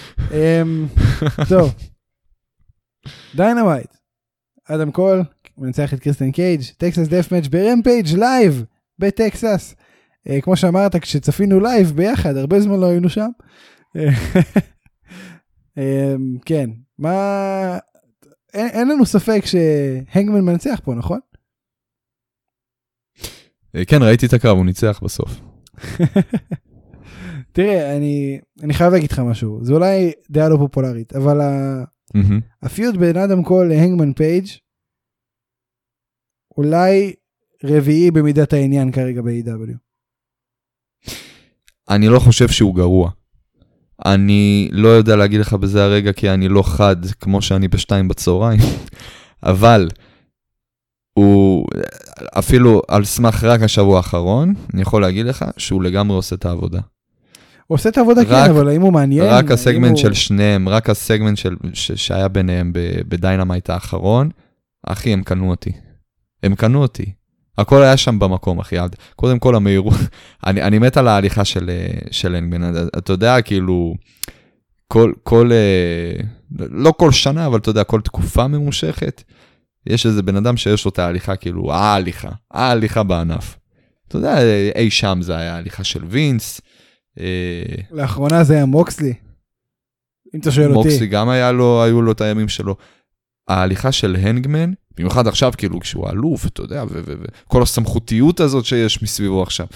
טוב. דיינמייט. אדם קול, מנצח את קריסטיאן קייג', טקסס דף מאץ' ברמפייג' לייב בטקסס. כמו שאמרת, כשצפינו לייב ביחד, הרבה זמן לא היינו שם. כן, מה... אין לנו ספק שהנגמן מנצח פה, נכון? כן, ראיתי את הקרב, הוא ניצח בסוף. תראה, אני, אני חייב להגיד לך משהו, זה אולי דעה לא פופולרית, אבל הפיוט בין אדם קול להנגמן פייג' אולי רביעי במידת העניין כרגע ב-איי דאבליו. אני לא חושב שהוא גרוע. אני לא יודע להגיד לך בזה הרגע, כי אני לא חד כמו שאני בשתיים בצהריים, אבל הוא, אפילו על סמך רק השבוע האחרון, אני יכול להגיד לך שהוא לגמרי עושה את העבודה. הוא עושה את העבודה, כן, אבל האם הוא מעניין? רק הסגמנט של שניהם, רק הסגמנט שהיה ביניהם בדיינמייט האחרון, אחי, הם קנו אותי. הם קנו אותי. הכל היה שם במקום, אחי. קודם כל המהירות, אני, אני מת על ההליכה של, של הנגמן. אתה יודע, כאילו, כל, כל, לא כל שנה, אבל אתה יודע, כל תקופה ממושכת, יש איזה בן אדם שיש לו את ההליכה, כאילו, ההליכה, ההליכה בענף. אתה יודע, אי שם זה היה ההליכה של וינס. לאחרונה זה היה מוקסלי. אם אתה שואל אותי. מוקסלי גם היה לו, היו לו את הימים שלו. ההליכה של הנגמן, במיוחד עכשיו, כאילו, כשהוא אלוף, אתה יודע, וכל הסמכותיות הזאת שיש מסביבו עכשיו.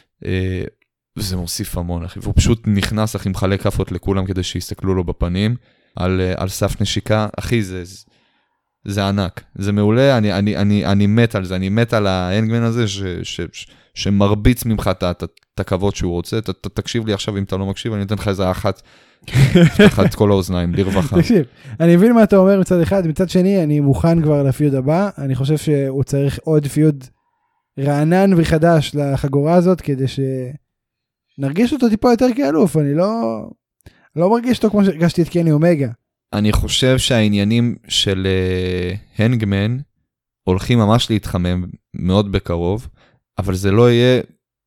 וזה מוסיף המון, אחי. והוא פשוט נכנס, אחי, מחלק כפות לכולם כדי שיסתכלו לו בפנים, על, על סף נשיקה. אחי, זה, זה ענק. זה מעולה, אני, אני, אני, אני מת על זה, אני מת על ההנגמן הזה, ש, ש, ש, שמרביץ ממך את הכבוד שהוא רוצה. ת, ת, תקשיב לי עכשיו, אם אתה לא מקשיב, אני אתן לך איזה אחת, אחת כל האוזניים, לרווחה. תקשיב, אני מבין מה אתה אומר מצד אחד, מצד שני, אני מוכן כבר לפיוד הבא, אני חושב שהוא צריך עוד פיוד רענן וחדש לחגורה הזאת, כדי שנרגיש אותו טיפה יותר כאלוף, אני לא, לא מרגיש אותו כמו שהרגשתי את קני אומגה. אני חושב שהעניינים של הנגמן הולכים ממש להתחמם מאוד בקרוב, אבל זה לא יהיה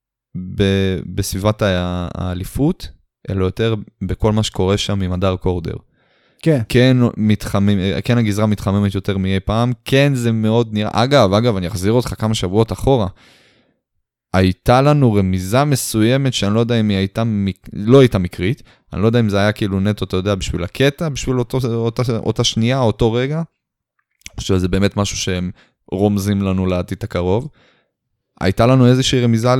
ב- בסביבת האליפות, אלא יותר בכל מה שקורה שם עם הדארק אורדר. כן. כן, מתחמם, כן הגזרה מתחממת יותר מאי פעם, כן זה מאוד נראה, אגב, אגב, אני אחזיר אותך כמה שבועות אחורה, הייתה לנו רמיזה מסוימת, שאני לא יודע אם היא הייתה, לא הייתה מקרית, אני לא יודע אם זה היה כאילו נטו, אתה יודע, בשביל הקטע, בשביל אותו, אותה, אותה שנייה, אותו רגע, שזה באמת משהו שהם רומזים לנו לעתיד הקרוב, הייתה לנו איזושהי רמיזה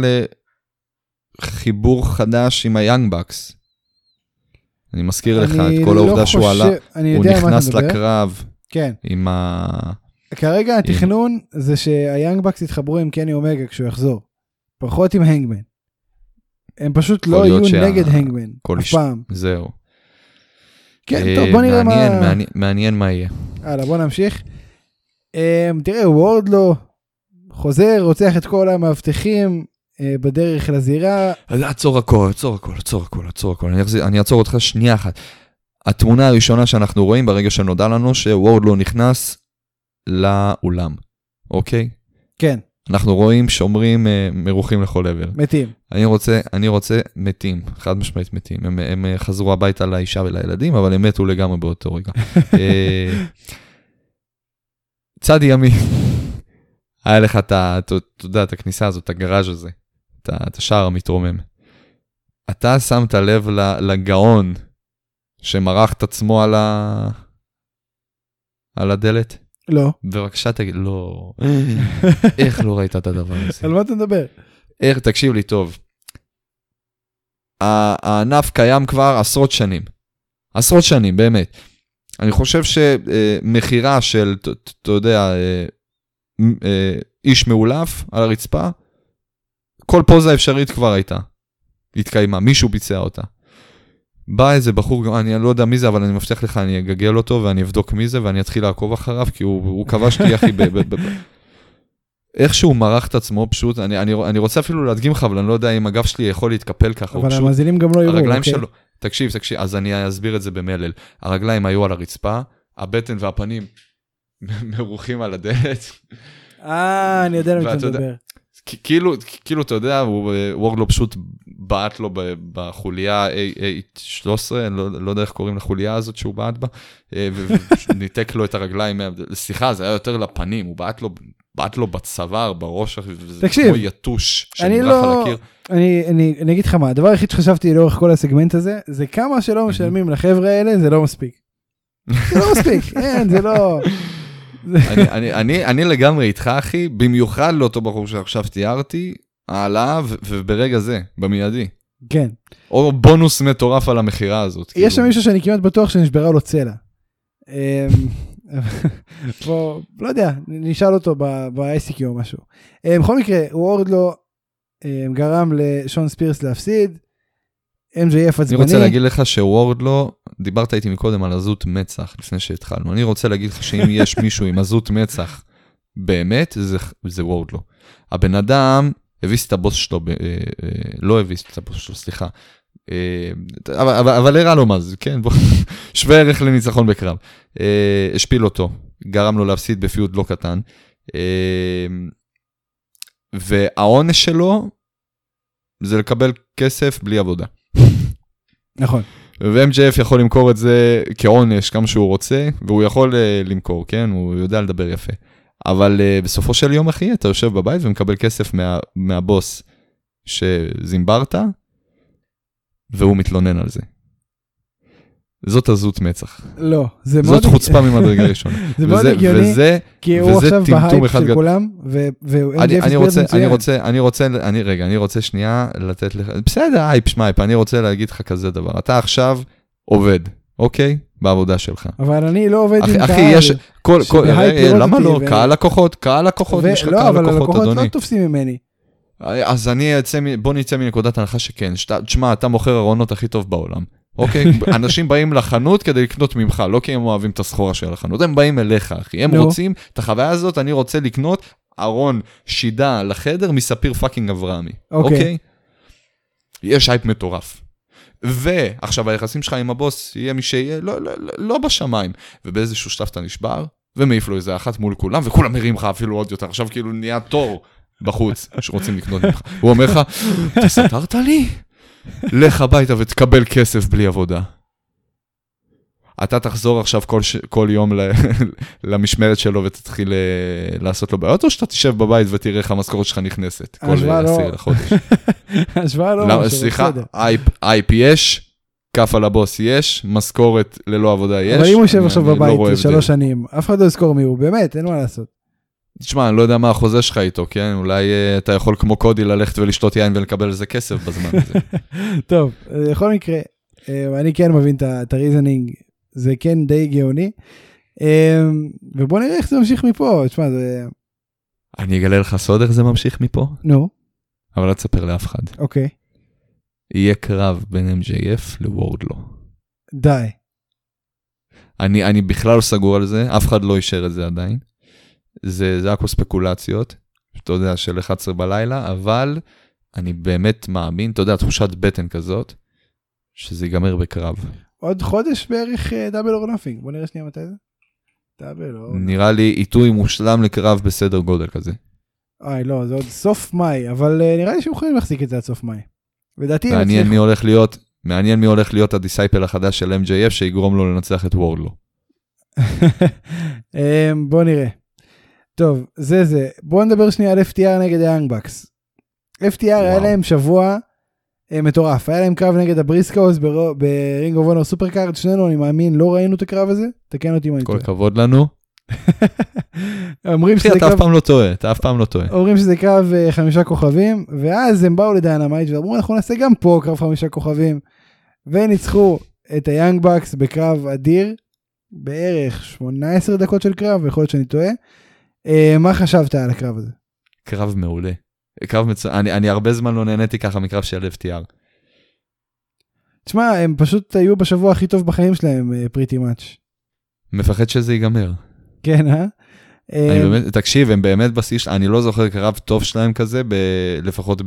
לחיבור חדש עם היאנג בקס. אני מזכיר לך את כל העובדה שהוא עלה, הוא נכנס לקרב כן. עם ה... כרגע התכנון זה שהיאנג בקס יתחברו עם קני אומגה כשהוא יחזור. פחות עם הנגמן. הם פשוט לא יהיו נגד הנגמן. אף פעם. זהו. כן, טוב, בוא נראה מה... מעניין מה יהיה. הלאה, בוא נמשיך. תראה, וורדלו חוזר, רוצח את כל המאבטחים בדרך לזירה. עצור הכל, עצור הכל, עצור הכל, עצור הכל. אני אעצור אותך שנייה אחת. התמונה הראשונה שאנחנו רואים ברגע שנודע לנו שוורדלו נכנס לאולם. אוקיי? כן. אנחנו רואים שומרים uh, מרוחים לכל עבר. מתים. אני רוצה, אני רוצה מתים, חד משמעית מתים. הם, הם חזרו הביתה לאישה ולילדים, אבל הם מתו לגמרי באותו רגע. צד ימי, היה לך את, אתה יודע, את הכניסה הזאת, את הגראז' הזה, את השער המתרומם. אתה שמת לב לגאון שמרח את עצמו על, ה... על הדלת? לא. בבקשה תגיד, לא. איך לא ראית את הדבר הזה? על מה אתה מדבר? איך, תקשיב לי טוב. הענף קיים כבר עשרות שנים. עשרות שנים, באמת. אני חושב שמחירה של, אתה יודע, איש מאולף על הרצפה, כל פוזה אפשרית כבר הייתה. התקיימה, מישהו ביצע אותה. בא איזה בחור, אני לא יודע מי זה, אבל אני מבטיח לך, אני אגגל אותו, ואני אבדוק מי זה, ואני אתחיל לעקוב אחריו, כי הוא, הוא כבש אותי, אחי, ב, ב, ב, ב. איך שהוא מרח את עצמו, פשוט, אני, אני, אני רוצה אפילו להדגים לך, אבל אני לא יודע אם הגב שלי יכול להתקפל ככה. אבל המאזינים גם לא יראו, הרגליים אוקיי? שלו, תקשיב, תקשיב, אז אני אסביר את זה במלל. הרגליים היו על הרצפה, הבטן והפנים מרוחים על הדלת. אה, אני יודע למה אתה מדבר. כאילו, כאילו, אתה יודע, וורדלו פשוט בעט לו בחוליה איי שלוש עשרה, לא יודע איך קוראים לחוליה הזאת שהוא בעט בה, וניתק לו את הרגליים, סליחה, זה היה יותר לפנים, הוא בעט לו, בעט לו בצוואר, בראש, תקשיב, כמו יתוש, אני לא, אני, אני, אני אגיד לך מה, הדבר היחיד שחשבתי לאורך כל הסגמנט הזה, זה כמה שלא משלמים לחבר'ה האלה, זה לא מספיק. זה לא מספיק, אין, זה לא... אני, אני, אני, אני לגמרי איתך, אחי, במיוחד לאותו בחור שעכשיו תיארתי, העלאה, וברגע זה, במיידי. כן. או בונוס מטורף על המחירה הזאת. יש שם מישהו שאני כמעט בטוח שנשברה לו צלע. בוא, לא יודע, נשאל אותו ב-איי סי קיו או משהו. בכל מקרה, וורדלו גרם לשון ספירס להפסיד, אם ג'יי אף עצבני. אני רוצה להגיד לך שוורדלו, דיברת איתי מקודם על עזות מצח, לפני שהתחלנו. אני רוצה להגיד לך שאם יש מישהו עם עזות מצח, באמת, זה, זה וורדלו. הבן אדם הביס את הבוס שלו, לא הביס את הבוס שלו, סליחה. אבל, אבל, אבל הראה לו מה זה, כן, בוא, שווה ערך לניצחון בקרב. השפיל אותו, גרם לו להפסיד בפיוט לא קטן. והעונש שלו, זה לקבל כסף בלי עבודה. נכון. ו-אם ג'יי אף יכול למכור את זה כעונש כמה שהוא רוצה, והוא יכול uh, למכור, כן? הוא יודע לדבר יפה. אבל uh, בסופו של יום, אחי, אתה יושב בבית ומקבל כסף מה, מהבוס שזימברת, והוא מתלונן על זה. זאת עזות מצח. לא, זה מאוד... זאת חוצפה ממדרגה ראשונה. זה מאוד הגיוני, כי הוא עכשיו בהייפ של כולם, ו-אם ג'יי אף אני רוצה, אני רוצה, אני רוצה, אני רגע, אני רוצה שנייה לתת לך, בסדר, הייפ שמייפ, אני רוצה להגיד לך כזה דבר. אתה עכשיו עובד, אוקיי? בעבודה שלך. אבל אני לא עובד עם קהל. אחי, יש, כל, כל, למה לא? קהל לקוחות, קהל לקוחות, יש לך קהל לקוחות, אדוני. לא, אבל הלקוחות לא תופסים ממני. אז אני אצא, בוא נצא מנקודת הנחה שכן, תשמע, אתה מוכר ארונות הכי טוב בעולם. אוקיי? אנשים באים לחנות כדי לקנות ממך, לא כי הם אוהבים את הסחורה של החנות, הם באים אליך, אחי. הם רוצים, את החוויה הזאת, אני רוצה לקנות ארון שידה לחדר מספיר פאקינג אברהמי. אוקיי? יש הייפ מטורף. ועכשיו היחסים שלך עם הבוס יהיה מי שיהיה, לא, לא, לא בשמיים. ובאיזשהו שלב אתה נשבר, ומעיף לו איזה אחת מול כולם, וכולם מרים לך אפילו עוד יותר. עכשיו כאילו נהיה תור בחוץ, שרוצים לקנות ממך. הוא אומר לך, אתה סתרת לי? לך הביתה ותקבל כסף בלי עבודה. אתה תחזור עכשיו כל, ש... כל יום ל... למשמרת שלו ותתחיל לעשות לו בעיות, או שאתה תשב בבית ותראה איך המשכורת שלך נכנסת כל עשיר לחודש. השוואה לא משהו, סליחה, אייפ, אייפ יש, כף על הבוס יש, משכורת ללא עבודה יש. אבל אם הוא יושב עכשיו בבית שלוש שנים, אף אחד לא יזכור מי הוא, באמת, אין מה לעשות. תשמע, אני לא יודע מה החוזה שלך איתו, כן? אולי uh, אתה יכול כמו קודי ללכת ולשתות יין ולקבל איזה כסף בזמן הזה. טוב, בכל מקרה, uh, אני כן מבין את הריזנינג, זה כן די גאוני, uh, ובוא נראה איך זה ממשיך מפה, תשמע, זה... אני אגלה לך סוד איך זה ממשיך מפה? נו. אבל לא תספר לאף אחד. אוקיי. יהיה קרב בין אם ג'יי אף לוורדלו. די. אני, אני בכלל לא סגור על זה, אף אחד לא יישר את זה עדיין. זה, זה הכל ספקולציות, אתה יודע, של אחת עשרה בלילה, אבל אני באמת מאמין, אתה יודע, תחושת בטן כזאת, שזה ייגמר בקרב. עוד חודש בערך דאבל אור נאפינג, בוא נראה שנייה מתי זה. דאבל אור. נראה לי עיתוי מושלם לקרב בסדר גודל כזה. אוי, לא, זה עוד סוף מאי, אבל uh, נראה לי שהם יכולים להחזיק את זה עד סוף מאי. לדעתי... מעניין מי הולך להיות, מעניין מי הולך להיות הדיסייפל החדש של אם ג'יי אף, שיגרום לו לנצח את וורדלו. בוא נראה. טוב, זה זה. בוא נדבר שנייה על אף טי אר נגד היאנג בקס. אף טי אר היה להם שבוע מטורף. היה להם קרב נגד הבריסקאוס ברינג אוף אונור סופר קארד. שנינו, אני מאמין, לא ראינו את הקרב הזה. תקן אותי מה אני טועה. כל כבוד לנו. אומרים שזה קרב... אתה אף פעם לא טועה, אתה אף פעם לא טועה. אומרים שזה קרב חמישה כוכבים, ואז הם באו לדיינמייט ואמרו, אנחנו נעשה גם פה קרב חמישה כוכבים. וניצחו את היאנג בקס בקרב אדיר, בערך שמונה עשרה דקות של קרב, ויכול להיות שאני טועה. מה חשבת על הקרב הזה? קרב מעולה. קרב מצוין. אני, אני הרבה זמן לא נהניתי ככה מקרב של אף טי אר. תשמע, הם פשוט היו בשבוע הכי טוב בחיים שלהם, פריטי מאץ'. מפחד שזה ייגמר. כן, אה? אני באמת, תקשיב, הם באמת בסיס, אני לא זוכר קרב טוב שלהם כזה, ב, לפחות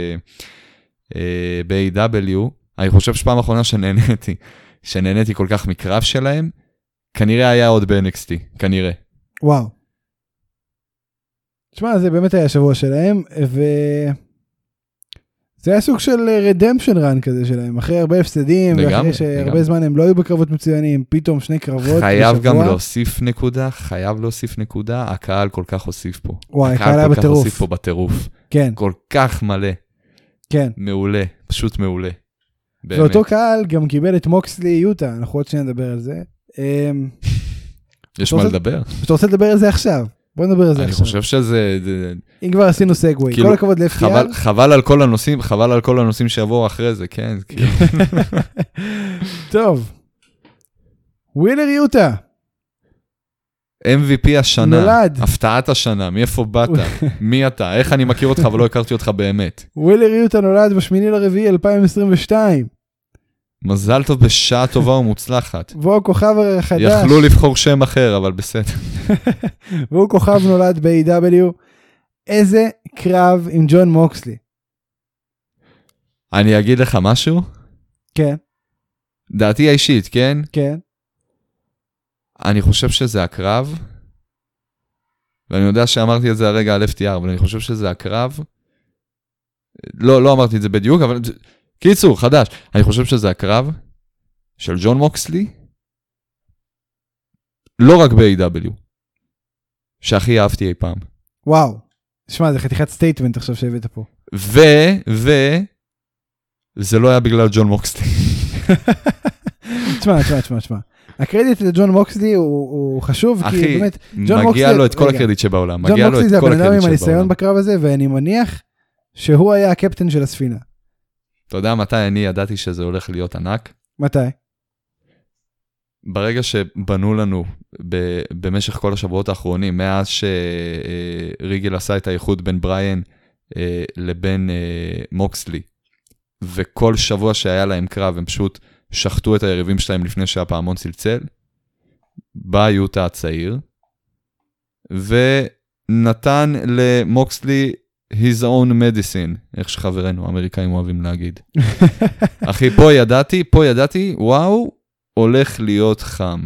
ב-איי דאבליו. אני חושב שפעם האחרונה שנהניתי, שנהניתי כל כך מקרב שלהם, כנראה היה עוד ב-אן אקס טי, כנראה. וואו. תשמע, זה באמת היה השבוע שלהם, ו... זה היה סוג של רדמפשן רן כזה שלהם, אחרי הרבה הפסדים, ואחרי שהרבה זמן הם לא היו בקרבות מצוינים, פתאום שני קרבות. חייב גם להוסיף נקודה, חייב להוסיף נקדה, הקהל כל כך הוסיף פה. וואי, הקהל היה בטירוף. הקהל כל כך הוסיף פה בטירוף. כן. כל כך מלא. כן. מעולה, פשוט מעולה. ואותו קהל גם קיבל את מוקסלי יוטה, אנחנו עוד שניה נדבר על זה. יש מה לדבר? אתה רוצה לדבר על זה עכשיו? בוא נדבר על זה אני עכשיו. חושב שזה... אם כבר עשינו סגווי, כל הכבוד ל-אף טי אר. חבל על כל הנושאים, חבל על כל הנושאים שיבואו אחרי זה, כן. טוב. ווילר יוטה. אם וי פי השנה. נולד. הפתעת השנה, מאיפה באת? מי אתה? איך אני מכיר אותך ולא הכרתי אותך באמת? ווילר יוטה נולד בשמיני לרביעי אלפיים עשרים ושתיים. מזל טוב בשעה טובה ומוצלחת. והוא כוכב החדש. יכלו לבחור שם אחר, אבל בסדר. והוא כוכב נולד ב-איי דאבליו. איזה קרב עם ג'ון מוקסלי. אני אגיד לך משהו? כן. דעתי האישית, כן? כן. אני חושב שזה הקרב, ואני יודע שאמרתי את זה הרגע על אף טי אר, אבל אני חושב שזה הקרב. לא, לא אמרתי את זה בדיוק, אבל... קיצור, חדש. אני חושב שזה הקרב של ג'ון מוקסלי, לא רק ב-איי דאבליו, שהכי אהבתי אי פעם. וואו. תשמע, זה חתיכת סטייטמנט עכשיו שהבאת פה. ו, ו, זה לא היה בגלל ג'ון מוקסלי. תשמע, תשמע, תשמע, תשמע. הקרדיט לג'ון מוקסלי הוא, הוא חשוב, אחי, כי באמת, ג'ון מגיע מוקסלי, לו את כל רגע, הקרדיט שבעולם. ג'ון מוקסלי זה הבן אדם עם הניסיון בקרב הזה, ואני מניח שהוא היה הקפטן של הספינה. אתה יודע מתי אני ידעתי שזה הולך להיות ענק? מתי? ברגע שבנו לנו ב- במשך כל השבועות האחרונים, מאז שריגל עשה את האיחוד בין בריין אה, לבין אה, מוקסלי, וכל שבוע שהיה להם קרב, הם פשוט שחטו את היריבים שלהם לפני שהפעמון צלצל, בא יוטה הצעיר, ונתן למוקסלי his own medicine, איך שחברנו, האמריקאים אוהבים להגיד. אחי, פה ידעתי, פה ידעתי, וואו, הולך להיות חם.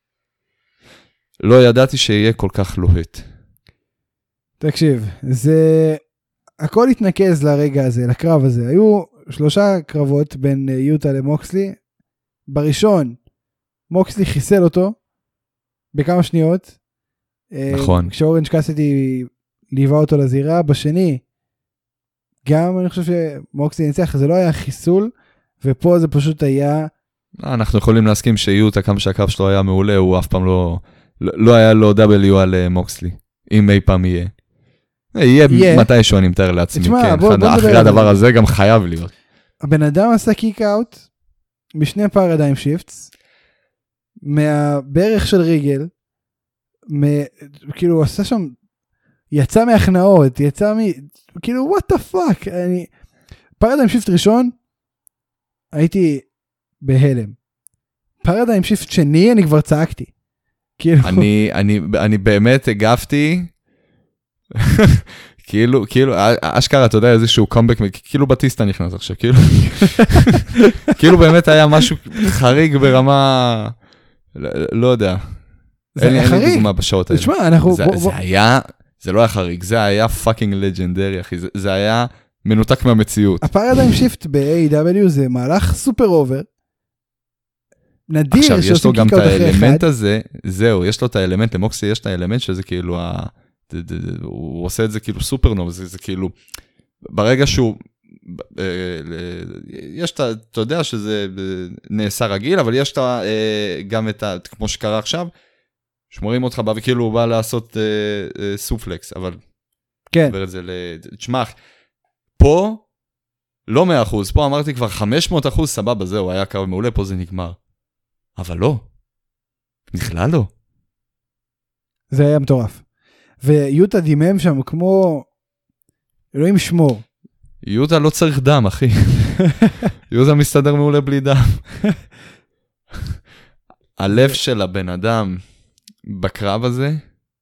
לא ידעתי שיהיה כל כך לוהט. תקשיב, זה... הכל התנקז לרגע הזה, לקרב הזה. היו שלושה קרבות בין יוטה למוקסלי. בראשון, מוקסלי חיסל אותו בכמה שניות. נכון. כשאורנג' קאסידי ליווה אותו לזירה. בשני, גם אני חושב שמוקסלי ניצח, זה לא היה חיסול, ופה זה פשוט היה... אנחנו יכולים להסכים שיוטה, כמה שהקרב שלו היה מעולה, הוא אף פעם לא, לא היה לו דאבליו על מוקסלי, אם אי פעם יהיה. יהיה מתישהו, אני מתאר לעצמי, כן, אחרי הדבר הזה גם חייב להיות. הבן אדם עשה קיק אאוט, משני פרדיים שיפטס, מהברך של ריגל, כאילו הוא עשה שם, יצא מהכנעות, יצא מ... כאילו, what the fuck, אני... פרדיים שיפט ראשון, הייתי בהלם. פרדיים שיפט שני, אני כבר צעקתי. כאילו... אני, אני, אני באמת הגפתי, כאילו, כאילו, אשכרה, אתה יודע, איזשהו קומבק, כאילו בטיסטה נכנס עכשיו, כאילו, כאילו באמת היה משהו חריג ברמה, לא יודע. זה היה חריג. אין לי דוגמה בשעות האלה. תשמע, אנחנו... זה היה, זה לא היה חריג, זה היה פאקינג לג'נדרי, אחי, זה, זה היה מנותק מהמציאות. הפרדיים שיפט ב-איי דאבליו זה מהלך סופר אובר, נדיר עכשיו, יש לו גם את האלמנט אחד. הזה, זהו, יש לו את האלמנט, למוקסי יש את האלמנט שזה כאילו, ה... הוא עושה את זה כאילו סופרנוב, זה, זה כאילו, ברגע שהוא, יש את, אתה יודע שזה נעשה רגיל, אבל יש את, גם את, כמו שקרה עכשיו, שמורים אותך בה, וכאילו הוא בא לעשות סופלקס, אבל, כן. תשמע, פה, לא מאה אחוז, פה אמרתי כבר חמש מאות אחוז, סבבה, זהו, היה קרב מעולה, פה זה נגמר. אבל לא. בכלל לא. זה היה מטורף. ויוטה דימם שם כמו, אלוהים שמור. יוטה לא צריך דם, אחי. יוטה מסתדר מעולה בלי דם. הלב של הבן אדם בקרב הזה,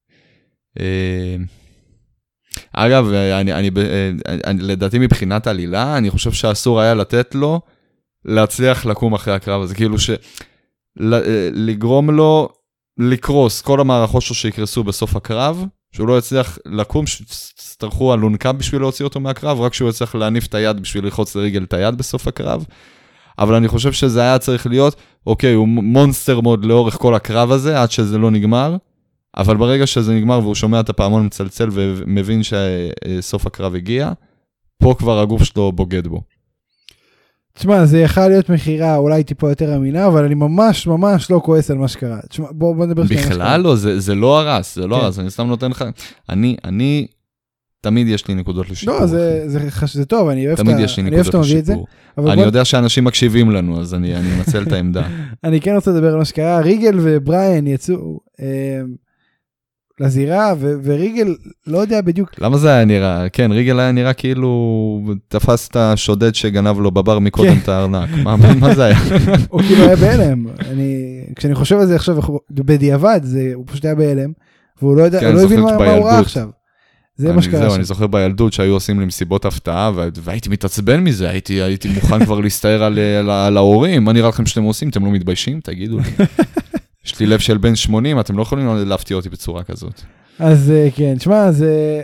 אגב, אני, אני, אני, לדעתי מבחינת עלילה, אני חושב שאסור היה לתת לו להצליח לקום אחרי הקרב הזה, כאילו שלגרום לו לקרוס כל המערכות שלו שיקרסו בסוף הקרב, שהוא לא יצליח לקום, שצטרכו אלונקה בשביל להוציא אותו מהקרב, רק שהוא יצליח להניף את היד בשביל ללחוץ לרגל את היד בסוף הקרב, אבל אני חושב שזה היה צריך להיות, אוקיי, הוא מונסטר מוד לאורך כל הקרב הזה, עד שזה לא נגמר, אבל ברגע שזה נגמר והוא שומע את הפעמון מצלצל ומבין שסוף הקרב הגיע, פה כבר הגוף שלו בוגד בו. תשמע, זה יכול להיות מחירה אולי טיפה יותר אמינה, אבל אני ממש ממש לא כועס על מה שקרה. תשמע, בוא, בוא נדבר שנייה. בכלל לא, זה, זה לא הרס, זה לא כן. הרס, אני סתם נותן לך, אני, אני, תמיד יש לי נקודות לשיפור. לא, זה, זה, זה, זה טוב, אני אוהב תמיד יש לי נקודות לשיפור. אני בוא... יודע שאנשים מקשיבים לנו, אז אני, אני מצל את העמדה. אני כן רוצה לדבר על מה שקרה, ריגל ובריין יצאו, אה, לזירה, ו- וריגל לא יודע בדיוק. למה זה היה נראה? כן, ריגל היה נראה כאילו תפס את השודד שגנב לו בבר מקודם את הארנק. מה, מה זה היה? הוא כאילו היה בהלם. אני, כשאני חושב על זה עכשיו בדיעבד, זה, הוא פשוט היה בהלם, והוא לא, יודע, כן, לא הבין מה, מה הוא ראה עכשיו. זה מה שקרה זהו, שם. אני זוכר בילדות שהיו עושים לי מסיבות הפתעה, והייתי מתעצבן מזה, הייתי, הייתי מוכן כבר להסתער על, על, על ההורים. מה נראה לכם שאתם עושים? אתם לא מתביישים? תגידו לי. יש לי לב של בן שמונים, אתם לא יכולים להפתיע אותי בצורה כזאת. אז כן, תשמע, זה...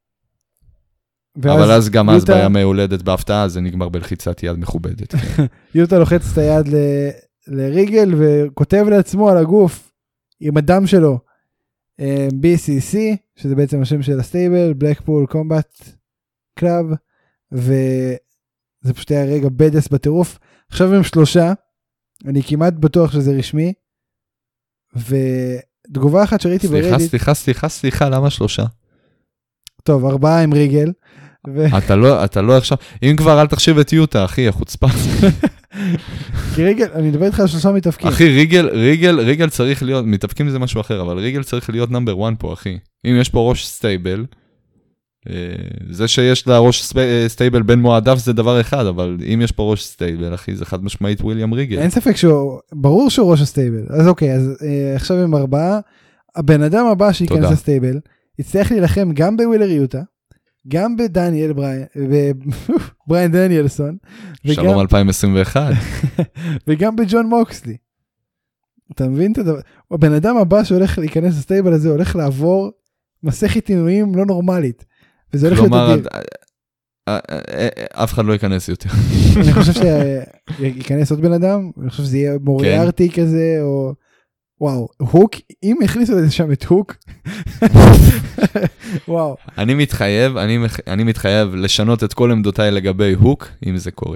אבל אז גם אז בימי הולדת בהפתעה, זה נגמר בלחיצת יד מכובדת. יוטה לוחץ את היד לריגל, וכותב לעצמו על הגוף, עם הדם שלו, בי סי סי, שזה בעצם השם של הסטייבל, בלקפול קומבט קלאב, וזה פשוט היה רגע בדס בטירוף. עכשיו הם שלושה, אני כמעט בטוח שזה רשמי, ותגובה אחת שראיתי ברדיט... סליחה, סליחה, סליחה, סליחה, למה שלושה? טוב, ארבעה עם ריגל. אתה לא, אתה לא עכשיו... אם כבר אל תחשיב את יוטה, אחי, החוצפה. כי ריגל, אני מדבר איתך על שלושה מתאפקים. אחי, ריגל, ריגל, ריגל צריך להיות... מתאפקים זה משהו אחר, אבל ריגל צריך להיות נאמבר וואן פה, אחי. אם יש פה ראש סטייבל, זה שיש לה ראש סטייבל בין מועדף זה דבר אחד, אבל אם יש פה ראש סטייבל, אחי, זה חד משמעית וויליאם ריגל. אין ספק שהוא, ברור שהוא ראש הסטייבל. אז אוקיי, אז אה, עכשיו עם ארבעה, הבן אדם הבא שייכנס לסטייבל, יצטרך להילחם גם בווילר יוטה, גם בדניאל בריין, בריין דניאלסון. שלום וגם, אלפיים עשרים ואחת. וגם בג'ון מוקסלי. אתה מבין את הדבר? הבן אדם הבא שהולך להיכנס לסטייבל הזה, הולך לעבור מסכת עינויים לא נורמלית. וזה הולך להיות... אף אחד לא ייכנס יותר. אני חושב שייכנס עוד בן אדם, אני חושב שזה יהיה מוריארטי כזה, או... וואו, הוק, אם הכניסו לזה שם את הוק, וואו. אני מתחייב, אני מתחייב לשנות את כל עמדותיי לגבי הוק, אם זה קורה.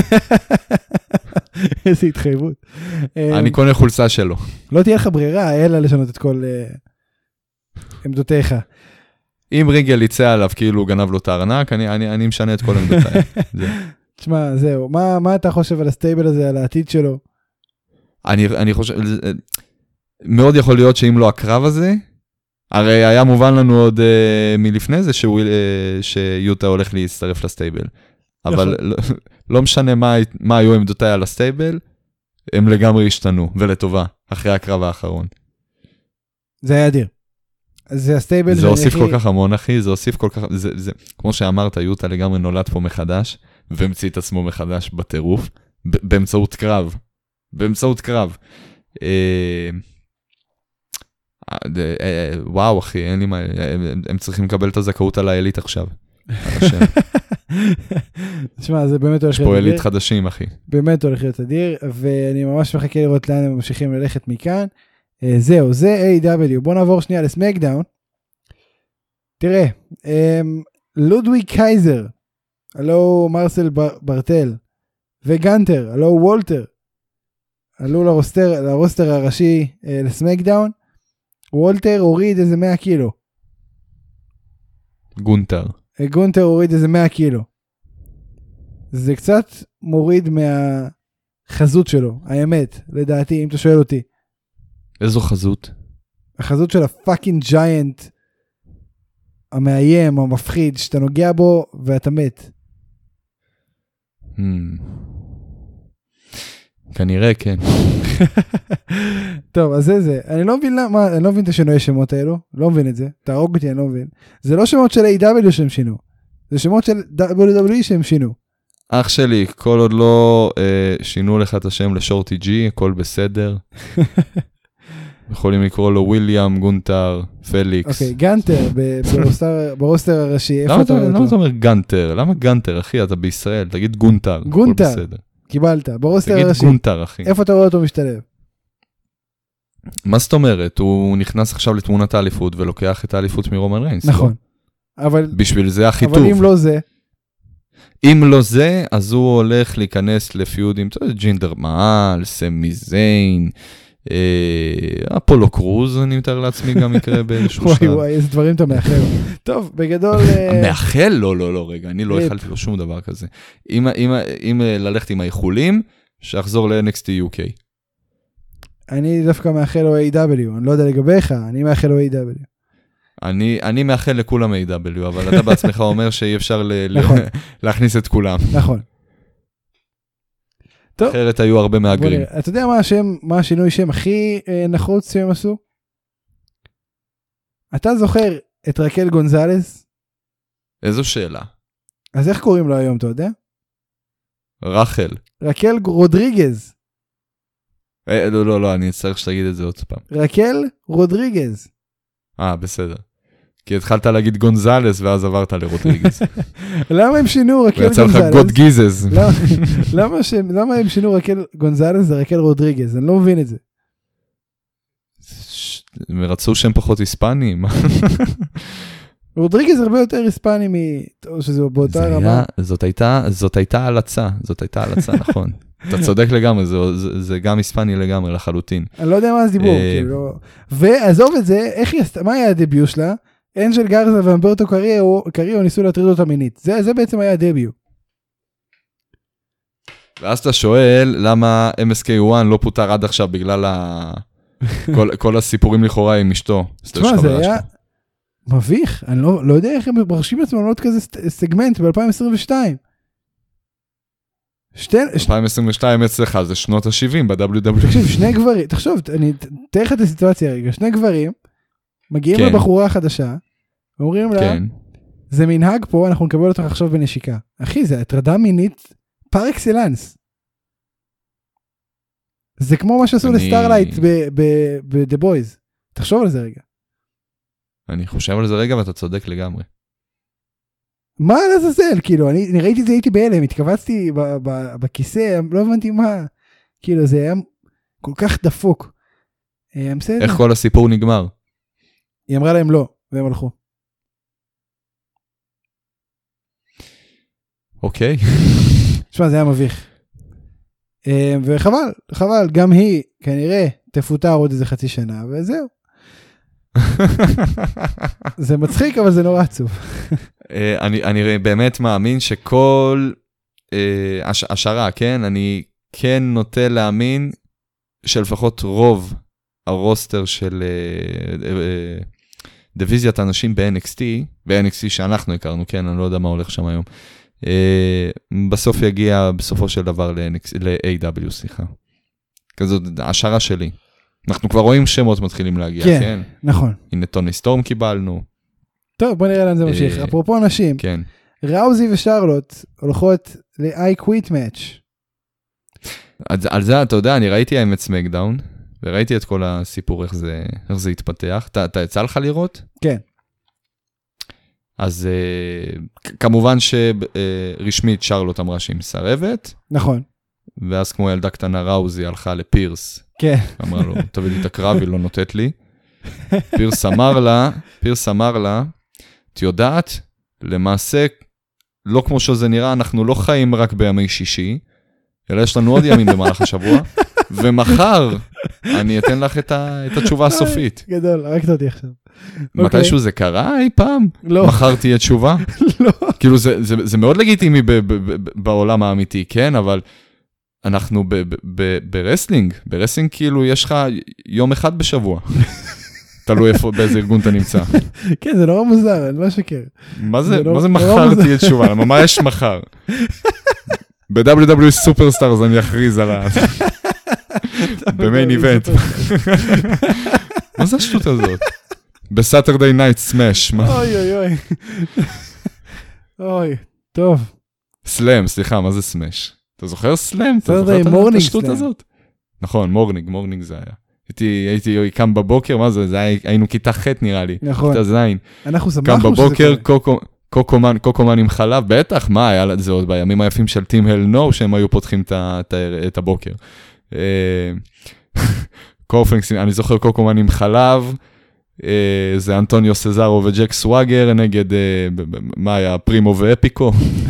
איזו התחייבות. אני קונה חולצה שלו. לא תהיה לך ברירה, אלא לשנות את כל עמדותיך. אם ריגל יצא עליו כאילו הוא גנב לו את הארנק, אני, אני, אני משנה את כל עמדותיי. תשמע, זהו, מה, מה אתה חושב על הסטייבל הזה, על העתיד שלו? אני, אני חושב, מאוד יכול להיות שאם לא הקרב הזה, הרי היה מובן לנו עוד uh, מלפני זה שהוא, uh, שיוטה הולך להצטרף לסטייבל. אבל לא, לא משנה מה, מה היו עמדותיי על הסטייבל, הם לגמרי השתנו, ולטובה, אחרי הקרב האחרון. זה היה אדיר. זה הסטייבל. זה הוסיף כל כך המון, אחי, זה הוסיף כל כך, זה, זה, כמו שאמרת, יוטה לגמרי נולד פה מחדש, והמציא את עצמו מחדש בטירוף, באמצעות קרב. באמצעות קרב. וואו אחי, אין לי מה, הם צריכים לקבל את הזכאות על העילית עכשיו. תשמע, זה באמת הולך להיות אדיר. יש פה עילית חדשים, אחי. באמת הולך להיות אדיר, ואני ממש מחכה לראות לאן הם ממשיכים ללכת מכאן. זהו, זה איי דאבליו. בוא נעבור שנייה לסמקדאון. תראה, לודוויג קייזר, הלו מרסל ברטל, וגנטר, הלו וולטר, עלו לרוסטר, לרוסטר הראשי לסמקדאון. וולטר הוריד איזה מאה קילו. גונטר. גונטר הוריד איזה מאה קילו. זה קצת מוריד מהחזות שלו, האמת, לדעתי, אם אתה שואל אותי. איזו חזות? החזות של הפאקינג ג'יינט, המאיים, המפחיד, שאתה נוגע בו ואתה מת. Hmm. כנראה כן. טוב, אז זה זה. אני לא מבין למה, אני לא מבין את השינוי השמות האלו, לא מבין את זה. תהרוג אותי, אני לא מבין. זה לא שמות של איי דאבליו שהם שינו. זה שמות של דאבליו דאבליו אי שהם שינו. אח שלי, כל עוד לא אה, שינו לך את השם לשורטי ג'י, הכל בסדר. יכולים לקרוא לו וויליאם, גונטר, פליקס. אוקיי, גנטר, ברוסטר הראשי. למה אתה אומר גנטר? למה גנטר, אחי? אתה בישראל, תגיד גונטר. גונטר. קיבלת, ברוסטר הראשי. תגיד גונטר, אחי. איפה אתה רואה אותו משתלב? מה זאת אומרת? הוא נכנס עכשיו לתמונת האליפות, ולוקח את האליפות מרומן ריינס. נכון. אבל... בשביל זה הכי טוב. אבל אם לא זה... אם לא זה, אז הוא הולך להיכנס לפיודים, אתה יודע, ג'ינדר מעל, סמי זיין, אפולו קרוז, אני מתאר לעצמי גם יקרה באיזשהו שלב. וואי וואי, איזה דברים אתה מאחל. טוב, בגדול... מאחל? לא, לא, לא, רגע, אני לא החלתי לו שום דבר כזה. אם ללכת עם האיחולים, שיחזור ל-אן אקס טי יו קיי. אני דווקא מאחל לו איי דאבליו, אני לא יודע לגביך, אני מאחל לו איי דאבליו. אני, אני מאחל לכולם איי דאבליו, אבל אתה בעצמך אומר שאי אפשר ל- נכון. להכניס את כולם. נכון. טוב. אחרת היו הרבה מהגרים. אתה יודע מה השם, מה השינוי שם הכי אה, נחוץ שהם עשו? אתה זוכר את רקל גונזלס? איזו שאלה. אז איך קוראים לו היום, אתה יודע? רחל. רקל רודריגז. אה, לא, לא, לא, אני צריך שתגיד את זה עוד פעם. רקל רודריגז. אה, בסדר. כי התחלת להגיד גונזלס, ואז עברת לרודריגז. למה הם שינו רקל גונזלס? ויצא לך גוד גיזז. למה הם שינו רקל גונזלס לרקל רודריגז? אני לא מבין את זה. הם רצו שם פחות היספני. רודריגז הרבה יותר היספני שזה באותה רמה. זאת הייתה הלצה, זאת הייתה הלצה, נכון. אתה צודק לגמרי, זה גם היספני לגמרי, לחלוטין. אני לא יודע מה זה דיבור. ועזוב את זה, מה היה הדביוט שלה? אנג'ל גרזה ואמברטו קריו ניסו להטריד אותה מינית. זה בעצם היה הדביוט. ואז אתה שואל, למה אם אס קיי וואן לא פוטר עד עכשיו בגלל כל הסיפורים לכאורה עם אשתו. תשמע, זה היה מביך. אני לא יודע איך הם מרשים לעצמם לעלות כזה סגמנט ב-אלפיים עשרים ושתיים. אלפיים עשרים ושתיים אצלך, זה שנות ה-שבעים ב-דאבליו דאבליו אי. תקשיב, שני גברים, תחשוב, אני אתאר לך את הסיטואציה רגע, שני גברים, מגיעים לבחורה חדשה, ואומרים לה, זה מנהג פה, אנחנו נקבל אותך עכשיו בנשיקה. אחי, זה הטרדה מינית פר אקסלנס. זה כמו מה שעשו לסטארלייט ב-The Boys. תחשוב על זה רגע. אני חושב על זה רגע, ואתה צודק לגמרי. מה לזזל? כאילו, אני ראיתי את זה, הייתי בהלם, התכווצתי בכיסא, לא הבנתי מה. כאילו, זה היה כל כך דפוק. איך כל הסיפור נגמר? היא אמרה להם לא, והם הלכו. אוקיי. תשמע, זה היה מביך. וחבל, חבל, גם היא כנראה תפוטר עוד איזה חצי שנה, וזהו. זה מצחיק, אבל זה נורא עצוב. אני, אני באמת מאמין שכל השערה, כן? אני כן נוטה להאמין שלפחות רוב הרוסטר של דיוויזיית האנשים ב-אן אקס טי, ב-אן אקס טי שאנחנו הכרנו, כן? אני לא יודע מה הולך שם היום. בסוף יגיע בסופו של דבר ל-איי דאבליו, סליחה. כזאת השערה שלי. אנחנו כבר רואים שמות מתחילים להגיע, כן? כן, נכון. הנה טוני סטורם קיבלנו. טוב, בוא נראה לאן זה ממשיך. אפרופו נשים, כן. ראוזי ושרלוט הולכות ל-I quit match. על זה, אתה יודע, אני ראיתי האמת סמקדאון, וראיתי את כל הסיפור, איך זה, איך זה התפתח. אתה, אתה יצא לך לראות? כן. אז uh, כמובן שרשמית שרלוט אמרה שהיא מסרבת. נכון. ואז כמו ילדה קטנה ראוזי הלכה לפירס. כן. אמרה לו, תביא לי את הקרב, היא לא נותנת לי. פירס אמר לה, פירס אמר לה, את יודעת, למעשה, לא כמו שזה נראה, אנחנו לא חיים רק בימי שישי, אלא יש לנו עוד ימים במהלך השבוע, ומחר אני אתן לך את, ה, את התשובה הסופית. גדול, הרגת אותי עכשיו. מתישהו זה קרה אי פעם? לא. מחר תהיה תשובה? לא. כאילו זה, זה, זה מאוד לגיטימי ב, ב, ב, ב, בעולם האמיתי, כן? אבל אנחנו ב, ב, ב, ברסלינג, ברסלינג כאילו יש לך יום אחד בשבוע. תלוי איפה, באיזה ארגון אתה נמצא. כן, זה נורא מוזר, אני לא שקר. מה זה, מה זה מחר תהיה תשובה? מה יש מחר? ב-דאבליו דאבליו אי סופרסטארס אני אכריז על ה... במיין איבנט. מה זה השטות הזאת? בסאטרדיי נייט סמאש. אוי אוי אוי. אוי, טוב. סלאם, סליחה, מה זה סמאש? אתה זוכר סלאם? אתה זוכר את השטות הזאת? נכון, מורנינג, מורנינג זה היה. הייתי, הייתי קם בבוקר, מה זה? זה היה, היינו כיתה ח' נראה לי. נכון. כיתה זין. אנחנו שמחנו שזה קורה. קם בבוקר, קוקומן, קוקומן עם חלב, בטח, מה היה זה עוד בימים היפים של טים הל נו, שהם היו פותחים את הבוקר. קורפלינגס, אני זוכר קוקומן עם חלב, זה אנטוניו סזארו וג'ק סוואגר, נגד, מה היה, פרימו ואפיקו.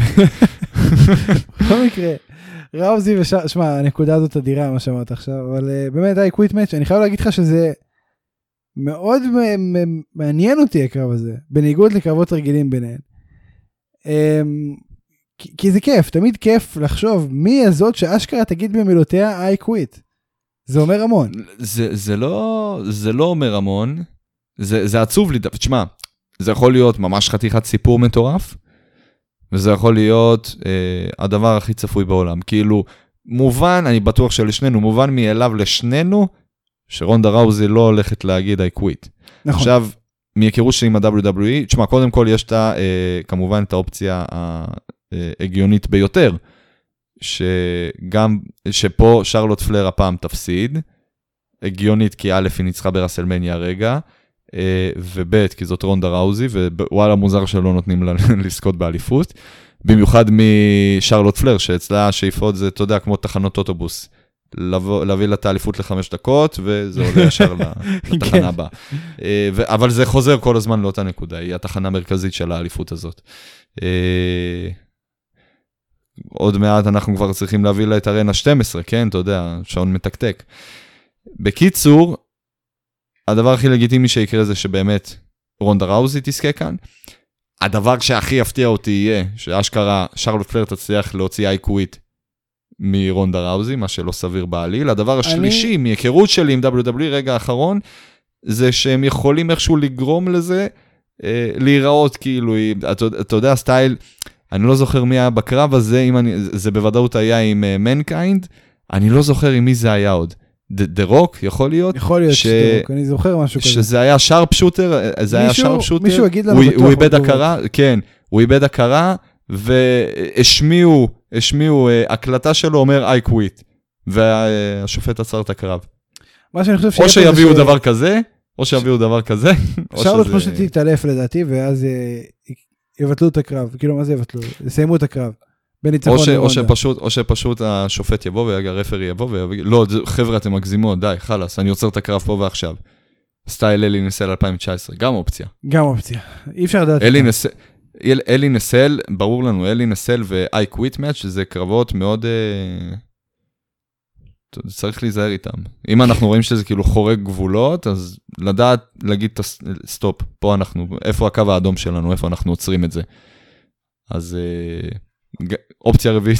בכל מקרה, ראוזי ושר, שמע, הנקודה הזאת אדירה, מה שאמרת עכשיו, אבל באמת, היי קוויט מאץ', אני חייב להגיד לך שזה מאוד מעניין אותי הקרב הזה, בניגוד לקרבות רגילים ביניהן. כי זה כיף, תמיד כיף לחשוב מי הזאת שאשכרה תגיד במילותיה היי קוויט. זה אומר המון. זה, זה לא, זה לא אומר המון, זה, זה עצוב לי, תשמע, זה יכול להיות ממש חתיכת סיפור מטורף, וזה יכול להיות אה, הדבר הכי צפוי בעולם. כאילו, מובן, אני בטוח שלשנינו, מובן מאליו לשנינו, שרונדה ראוזי לא הולכת להגיד I quit. נכון. עכשיו, מהיכרות שלי עם ה-דאבליו דאבליו אי, תשמע, קודם כל יש את, אה, כמובן את האופציה ההגיונית ביותר, שגם, שפה שרלוט פלר הפעם תפסיד, הגיונית כי א' היא ניצחה ברסלמניה הרגע, וב' כי זאת רונדה ראוזי, ווואלה מוזר שלא נותנים לה לזכות באליפות, במיוחד משרלוט פלר, שאצלה השאיפות זה, אתה יודע, כמו תחנות אוטובוס, להביא לה את האליפות לחמש דקות, וזה עולה ישר לתחנה הבאה. אבל זה חוזר כל הזמן לאותה נקודה, היא התחנה המרכזית של האליפות הזאת. עוד מעט אנחנו כבר צריכים להביא לה את ארנה שתים עשרה, כן, אתה יודע, שעון מתקתק. בקיצור, הדבר הכי לגיטימי שיקרה זה שבאמת רונדה ראוזי תזכה כאן. הדבר שהכי יפתיע אותי יהיה, שאשכרה שרלוט פלר תצליח להוציא איי קוויט מרונדה ראוזי, מה שלא סביר בעליל. הדבר השלישי, אני... מהיכרות שלי עם דאבליו דאבליו אי רגע האחרון, זה שהם יכולים איכשהו לגרום לזה, אה, להיראות כאילו, אתה, אתה יודע, סטייל, אני לא זוכר מי היה בקרב הזה, אם אני, זה בוודאות היה עם מנקיינד, אני לא זוכר עם מי זה היה עוד. דה רוק, יכול להיות? יכול להיות ש... רוק, אני זוכר משהו כזה. שזה היה שרפ שוטר, זה היה שרפ שוטר. מישהו יגיד לנו הוא, בטוח. הוא איבד הכרה, כן, הוא איבד הכרה, והשמיעו, השמיעו, הקלטה שלו אומר I quit, והשופט עצר את הקרב. מה שאני חושב או שיביאו ש... דבר כזה, או שיביאו דבר כזה. שרלוט פשוט תתעלף לדעתי, ואז יבטלו את הקרב. כאילו, מה זה יבטלו? יסיימו את הקרב. או, ש, או, שפשוט, או שפשוט השופט יבוא והרפרי יבוא ויבוא, לא, חבר'ה, אתם מגזימו, די, חלס, אני עוצר את הקרב פה ועכשיו. סטייל אלי נסל אלפיים תשע עשרה, גם אופציה. גם אופציה, אי אפשר לדעת. אלי נסל, אלי נסל, ברור לנו, אלי נסל ו-I quit match, זה קרבות מאוד, אה, צריך להיזהר איתם. אם אנחנו רואים שזה כאילו חורג גבולות, אז לדעת, להגיד, סטופ, פה אנחנו, איפה הקו האדום שלנו, איפה אנחנו עוצרים את זה. אז... אה, אופציה רביעית.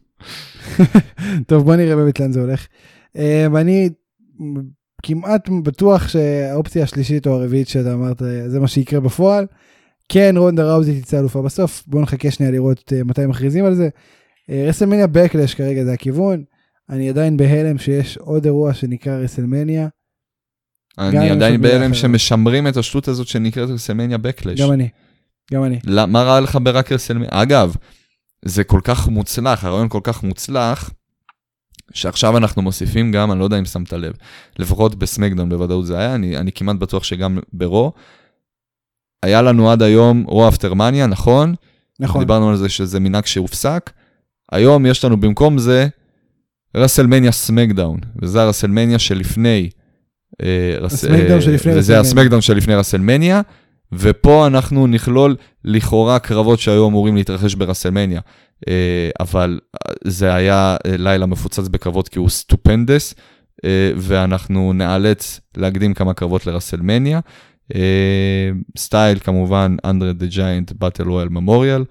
טוב, בוא נראה באמת לאן זה הולך. ואני כמעט בטוח שהאופציה השלישית או הרביעית שאתה אמרת, זה מה שיקרה בפועל. כן, רונדה ראוזי תצא אלופה בסוף. בוא נחכה שנייה לראות מתי מכריזים על זה. רסלמניה בקלאש כרגע זה הכיוון. אני עדיין בהלם שיש עוד אירוע שנקרא רסלמניה. אני עדיין בהלם שמשמרים את השטות הזאת שנקראת רסלמניה בקלאש. גם אני. גם אני. מה ראה לך ברק רסלמניה? אגב, זה כל כך מוצלח, הרעיון כל כך מוצלח, שעכשיו אנחנו מוסיפים גם, אני לא יודע אם שמת לב, לפחות בסמקדאון בוודאות זה היה, אני, אני כמעט בטוח שגם ברו, היה לנו עד היום רו אפטרמניה, נכון? נכון. דיברנו על זה שזה מנהג שהופסק, היום יש לנו במקום זה, רסלמניה סמקדאון, וזה הרסלמניה שלפני, הסמקדאון שלפני וזה הסמקדאון שלפני רסלמניה, ופה אנחנו נכלול לכאורה קרבות שהיו אמורים להתרחש ברסלמניה, אבל זה היה לילה מפוצץ בקרבות כי הוא סטופנדס, ואנחנו נאלץ להקדים כמה קרבות לרסלמניה, סטייל כמובן Andre the Giant Battle Royale Memorial,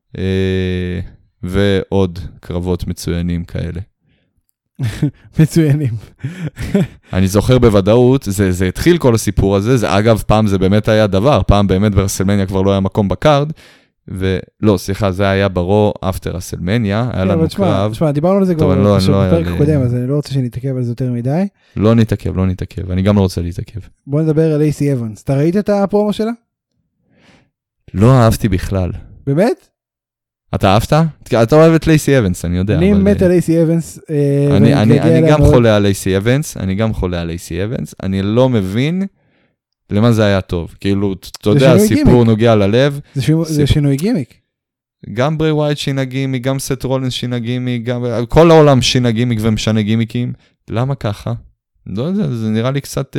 ועוד קרבות מצוינים כאלה. מצוינים. אני זוכר בוודאות, זה, זה התחיל כל הסיפור הזה, זה אגב פעם זה באמת היה דבר, פעם באמת ברסלמניה כבר לא היה מקום בקארד, ולא, סליחה, זה היה ברו אפטר רסלמניה, היה לנו קרב. תשמע, דיברנו על זה כבר בפרק הקודם, אז אני לא רוצה שנתעכב על זה יותר מדי. לא נתעכב, לא נתעכב, אני גם לא רוצה להתעכב. בוא נדבר על לייסי אבנס, אתה ראית את הפרומו שלה? לא אהבתי בכלל. באמת? אתה אהבת? אתה אוהב את לייסי אבנס, אני יודע. אני מת על לייסי אבנס. אני גם חולה על לייסי אבנס, אני גם חולה על לייסי אבנס, אני לא מבין למה זה היה טוב. כאילו, אתה יודע, הסיפור נוגע ללב. זה שינוי גימיק. גם ברי ווייט שינה גימיק, גם סט רולינס שינה גימיק, כל העולם שינה גימיק ומשנה גימיקים. למה ככה? לא יודע, זה נראה לי קצת...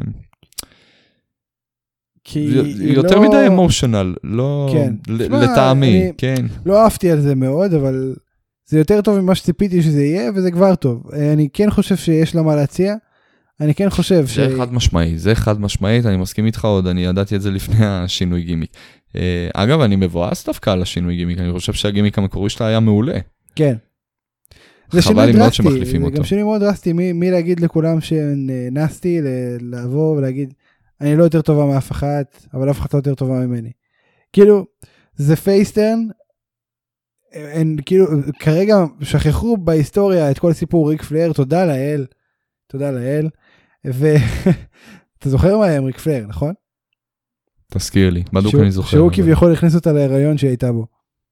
יותר מדי אמושיונל, לא לטעמי, כן. לא אהבתי על זה מאוד, אבל זה יותר טוב ממה שציפיתי שזה יהיה, וזה כבר טוב. אני כן חושב שיש לה מה להציע, אני כן חושב ש... זה חד משמעי, זה חד משמעית, אני מסכים איתך עוד, אני ידעתי את זה לפני השינוי גימיק. אגב, אני מבואס דווקא על השינוי גימיק, אני חושב שהגימיק המקורי שלה היה מעולה. כן. זה שינוי דרסטי, זה גם שינוי מאוד דרסטי, מי להגיד לכולם שנסתי, לעבור ולהגיד, אני לא יותר טובה מאף אחת, אבל אף אחת לא יותר טובה ממני. כאילו, זה פייסטרן, הם כאילו, כרגע שכחו בהיסטוריה את כל סיפור ריק פלר, תודה לאל, תודה לאל, ואתה זוכר מה היה עם ריק פלר, נכון? תזכיר לי, בדיוק אני זוכר. שהוא כביכול הכניס אותה להיריון שהייתה בו.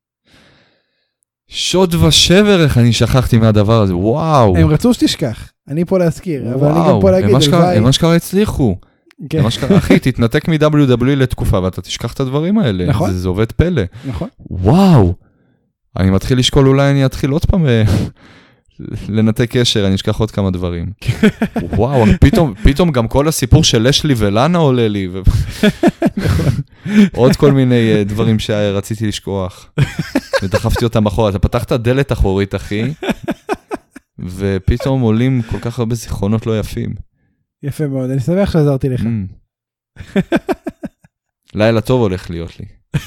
שוד ושבר, איך אני שכחתי מהדבר הזה, וואו. הם רצו שתשכח, אני פה להזכיר, אבל אני גם פה להגיד, הם אשכרה הצליחו. אחי, תתנתק מ-דאבליו דאבליו אי לתקופה, ואתה תשכח את הדברים האלה. נכון. זה עובד פלא. נכון. וואו. אני מתחיל לשקול, אולי אני אתחיל עוד פעם לנתק קשר, אני אשכח עוד כמה דברים. וואו, פתאום גם כל הסיפור של לשלי ולאנה עולה לי. עוד כל מיני דברים שרציתי לשכוח. ודחפתי אותם אחורה. אתה פתחת דלת אחורית, אחי, ופתאום עולים כל כך הרבה זיכרונות לא יפים. יפה מאוד, אני שמח שעזרתי לך. לילה טוב הולך להיות לי.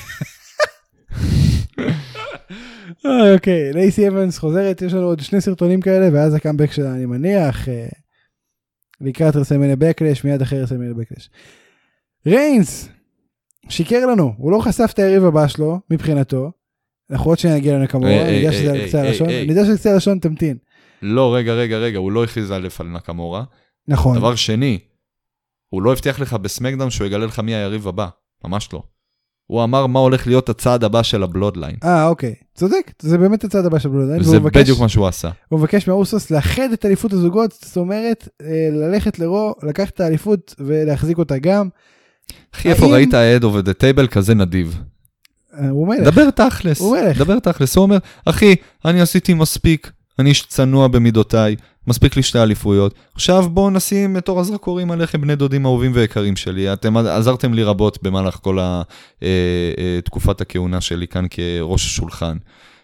אוקיי, לייסי אבנס חוזרת, יש לנו עוד שני סרטונים כאלה, ואז הקאמבק שלה אני מניח, לקראת רסלמניה בקלאש, מיד אחרי רסלמניה בקלאש. ריינס, שיקר לנו, הוא לא חשף את היריב הבא שלו, מבחינתו, אנחנו עוד שנגיע לנקמורה, אני יודע שזה על קצה הלשון, אני יודע שזה קצה הלשון, תמתין. לא, רגע, רגע, רגע, הוא לא הכריז א' על נקמורה. נכון. דבר שני, הוא לא הבטיח לך בסמקדאון שהוא יגלה לך מי היריב הבא, ממש לא. הוא אמר מה הולך להיות הצעד הבא של הבלודליין. אה, אוקיי. צודק, זה באמת הצעד הבא של הבלודליין. זה בדיוק מה שהוא עשה. הוא מבקש מהאוסוס לאחד את אליפות הזוגות, זאת אומרת, ללכת לרו, לקחת את האליפות ולהחזיק אותה גם. אחי, איפה ראית העד עובד הטייבל כזה נדיב? הוא מלך. דבר תכלס. הוא מלך. דבר תכלס. הוא אומר, אחי, אני עשיתי מספיק, אני איש צנוע במידותיי, מספיק לי שתי אליפויות. עכשיו בואו נשים את אור הזרקורים עליכם, בני דודים אהובים ויקרים שלי. אתם עזרתם לי רבות במהלך כל תקופת הכהונה שלי כאן כראש השולחן.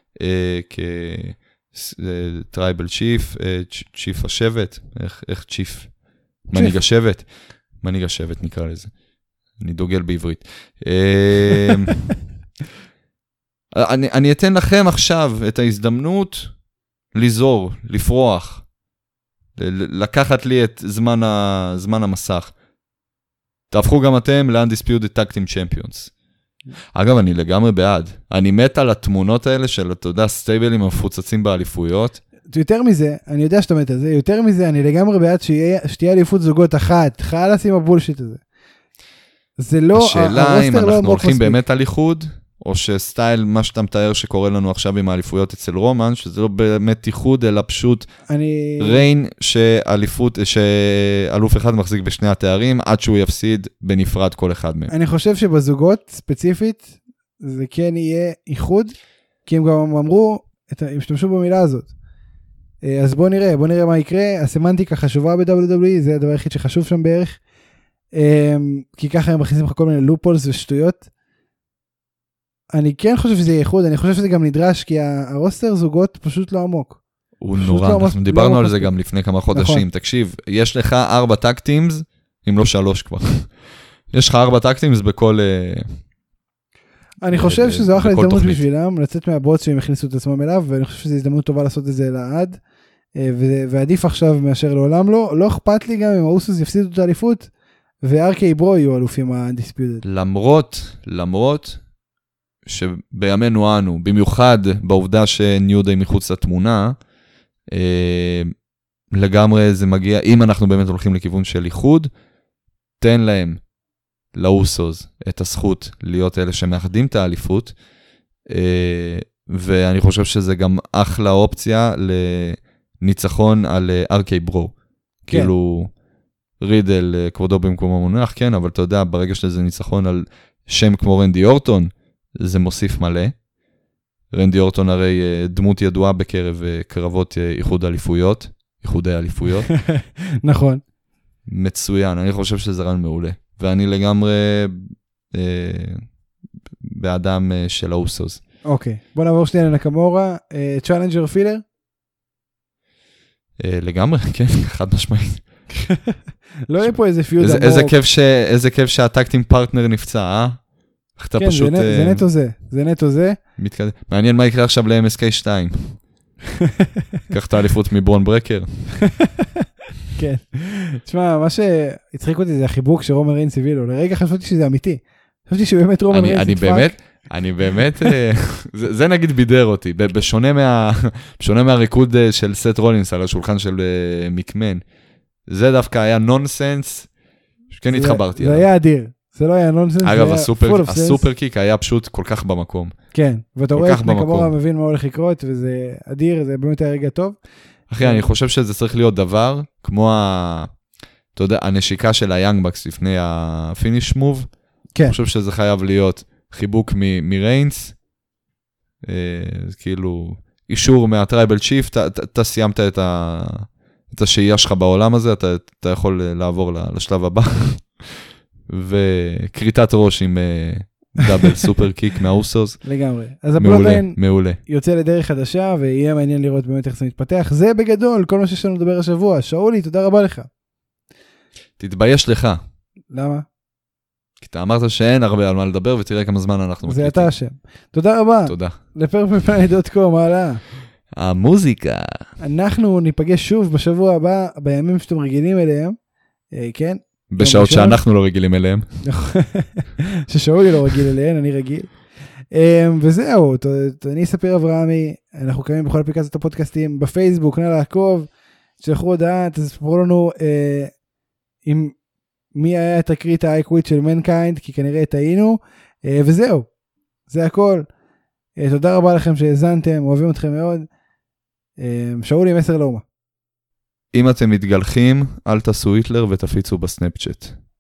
כטרייבל צ'יף, צ'יף השבט, איך צ'יף? מנהיג השבט. מנהיג השבט נקרא לזה. אני דוגל בעברית. אני, אני אתן לכם עכשיו את ההזדמנות לזור, לפרוח, לקחת לי את זמן, ה, זמן המסך. תהפכו גם אתם ל-Undisputed Tag Team Champions. אגב, אני לגמרי בעד. אני מת על התמונות האלה של, אתה יודע, סטייבלים המפוצצים באליפויות. יותר מזה, אני יודע שאתה מת על זה, יותר מזה, אני לגמרי בעד שתהיה אליפות זוגות אחת, חלאס עם הבולשיט הזה. זה לא, השאלה אם אנחנו הולכים באמת על איחוד, או שסטייל, מה שאתה מתאר שקורה לנו עכשיו עם האליפויות אצל רומן, שזה לא באמת איחוד, אלא פשוט אני... ריין שאליפות, שאלוף אחד מחזיק בשני התארים, עד שהוא יפסיד בנפרד כל אחד מהם. אני חושב שבזוגות ספציפית, זה כן יהיה איחוד, כי הם גם אמרו, הם השתמשו במילה הזאת. אז בוא נראה, בוא נראה מה יקרה. הסמנטיקה חשובה ב-דאבליו דאבליו אי, זה הדבר היחיד שחשוב שם בערך, כי ככה הם מכניסים לך כל מיני לופולס ושטויות. אני כן חושב שזה יהיה איחוד, אני חושב שזה גם נדרש, כי הרוסטר זוגות פשוט לא עמוק. הוא נורא, אנחנו דיברנו על זה גם לפני כמה חודשים. תקשיב, יש לך ארבע טאג טימס, אם לא שלוש כבר. יש לך ארבע טאג טימס בכל... אני חושב שזו אחלה הזדמנות בשבילם, לצאת מהבוץ שהם הכניסו את עצמם אליו, ואני חושב שזו הזדמנות טובה לעשות את זה לעד, ועדיף עכשיו מאשר לעולם לא. לא אכפת לי גם אם האוסוס יפסידו את האליפות, וארקי ברו יהיו אלופים הדיספיוטד. למרות, למרות, שבימינו אנו, במיוחד בעובדה שניו דיי מחוץ לתמונה, אה, לגמרי זה מגיע, אם אנחנו באמת הולכים לכיוון של איחוד, תן להם, לאוסוס, את הזכות להיות אלה שמאחדים את האליפות, אה, ואני חושב שזה גם אחלה אופציה לניצחון על ארקי ברו. כן. כאילו, רידל, כבודו במקום המונח, כן, אבל אתה יודע, ברגע שזה ניצחון על שם כמו רנדי אורטון, זה מוסיף מלא. רנדי אורטון הרי דמות ידועה בקרב קרבות איחוד אליפויות, איחודי אליפויות. נכון. מצוין, אני חושב שזה רעיון מעולה. ואני לגמרי אה, באדם אה, של האוסוס. אוקיי, בוא נעבור שנייה לנקמורה. אה, צ'אלנג'ר פילר? אה, לגמרי, כן, חד משמעית. לא יהיה פה איזה פיוד עמוק. איזה כיף ש, איזה כיף שהטקטים פרטנר נפצע, אה? כן, פשוט, זה, זה נטו זה, זה נטו זה. מתקדם. מעניין מה יקרה עכשיו ל-אם אס קיי שתיים. קח את האליפות מברון ברקר. כן. תשמע, מה שהצחיק אותי זה החיבוק שרומן ריינס הביא לו. לרגע חשבתי שזה אמיתי. חשבתי שבאמת רומן ריינס נדפק. אני באמת, אני באמת, זה, זה נגיד בידר אותי. בשונה מה, בשונה מהריקוד של סט רולינס על השולחן של מקמן. זה דווקא היה נונסנס, שכן התחברתי. זה היה אדיר. זה לא היה נונסנס, אגב, הסופר קיק היה פשוט כל כך במקום. כן, ואתה רואה את נקמורה מבין מה הולך לקרות, וזה אדיר, זה באמת היה רגע טוב. אחי, אני חושב שזה צריך להיות דבר, כמו ה... אתה יודע, הנשיקה של היאנג בקס לפני הפיניש מוב. כן. אני חושב שזה חייב להיות חיבוק מריינס, כאילו, אישור מהטרייבל צ'יף, אתה סיימת את השהייה שלך בעולם הזה, אתה יכול לעבור לשלב הבא. וקריטת ראש עם דאבל סופר קיק מהאוסוס. לגמרי. אז הפלוטיין יוצא לדרך חדשה, ויהיה מעניין לראות באמת איך זה מתפתח. זה בגדול, כל מה שיש לנו לדבר השבוע. שאולי, תודה רבה לך. תתבייש לך. למה? כי אתה אמרת שאין הרבה על מה לדבר, ותראה כמה זמן אנחנו מקליטים. זה אתה השם. תודה רבה. תודה. לפרפלפלני דוט קום, הלאה. המוזיקה. אנחנו ניפגש שוב בשבוע הבא, בימים שאתם רגילים אליהם. כן? בשעות שאנחנו לא רגילים אליהם. ששאולי לא רגיל אליהם, אני רגיל. וזהו, אני ספיר אברהמי, אנחנו קיימים בכל אפליקציות הפודקאסטים, בפייסבוק, נא לעקוב, תשלחו הודעה, תספרו לנו עם מי היה את תקרית האייקוויט של מנקיינד, כי כנראה טעינו, וזהו, זה הכל. תודה רבה לכם שהזנתם, אוהבים אתכם מאוד. שאולי, מסר לאומה. אם אתם מתגלחים, אל תעשו היטלר ותפיצו בסנאפצ'אט.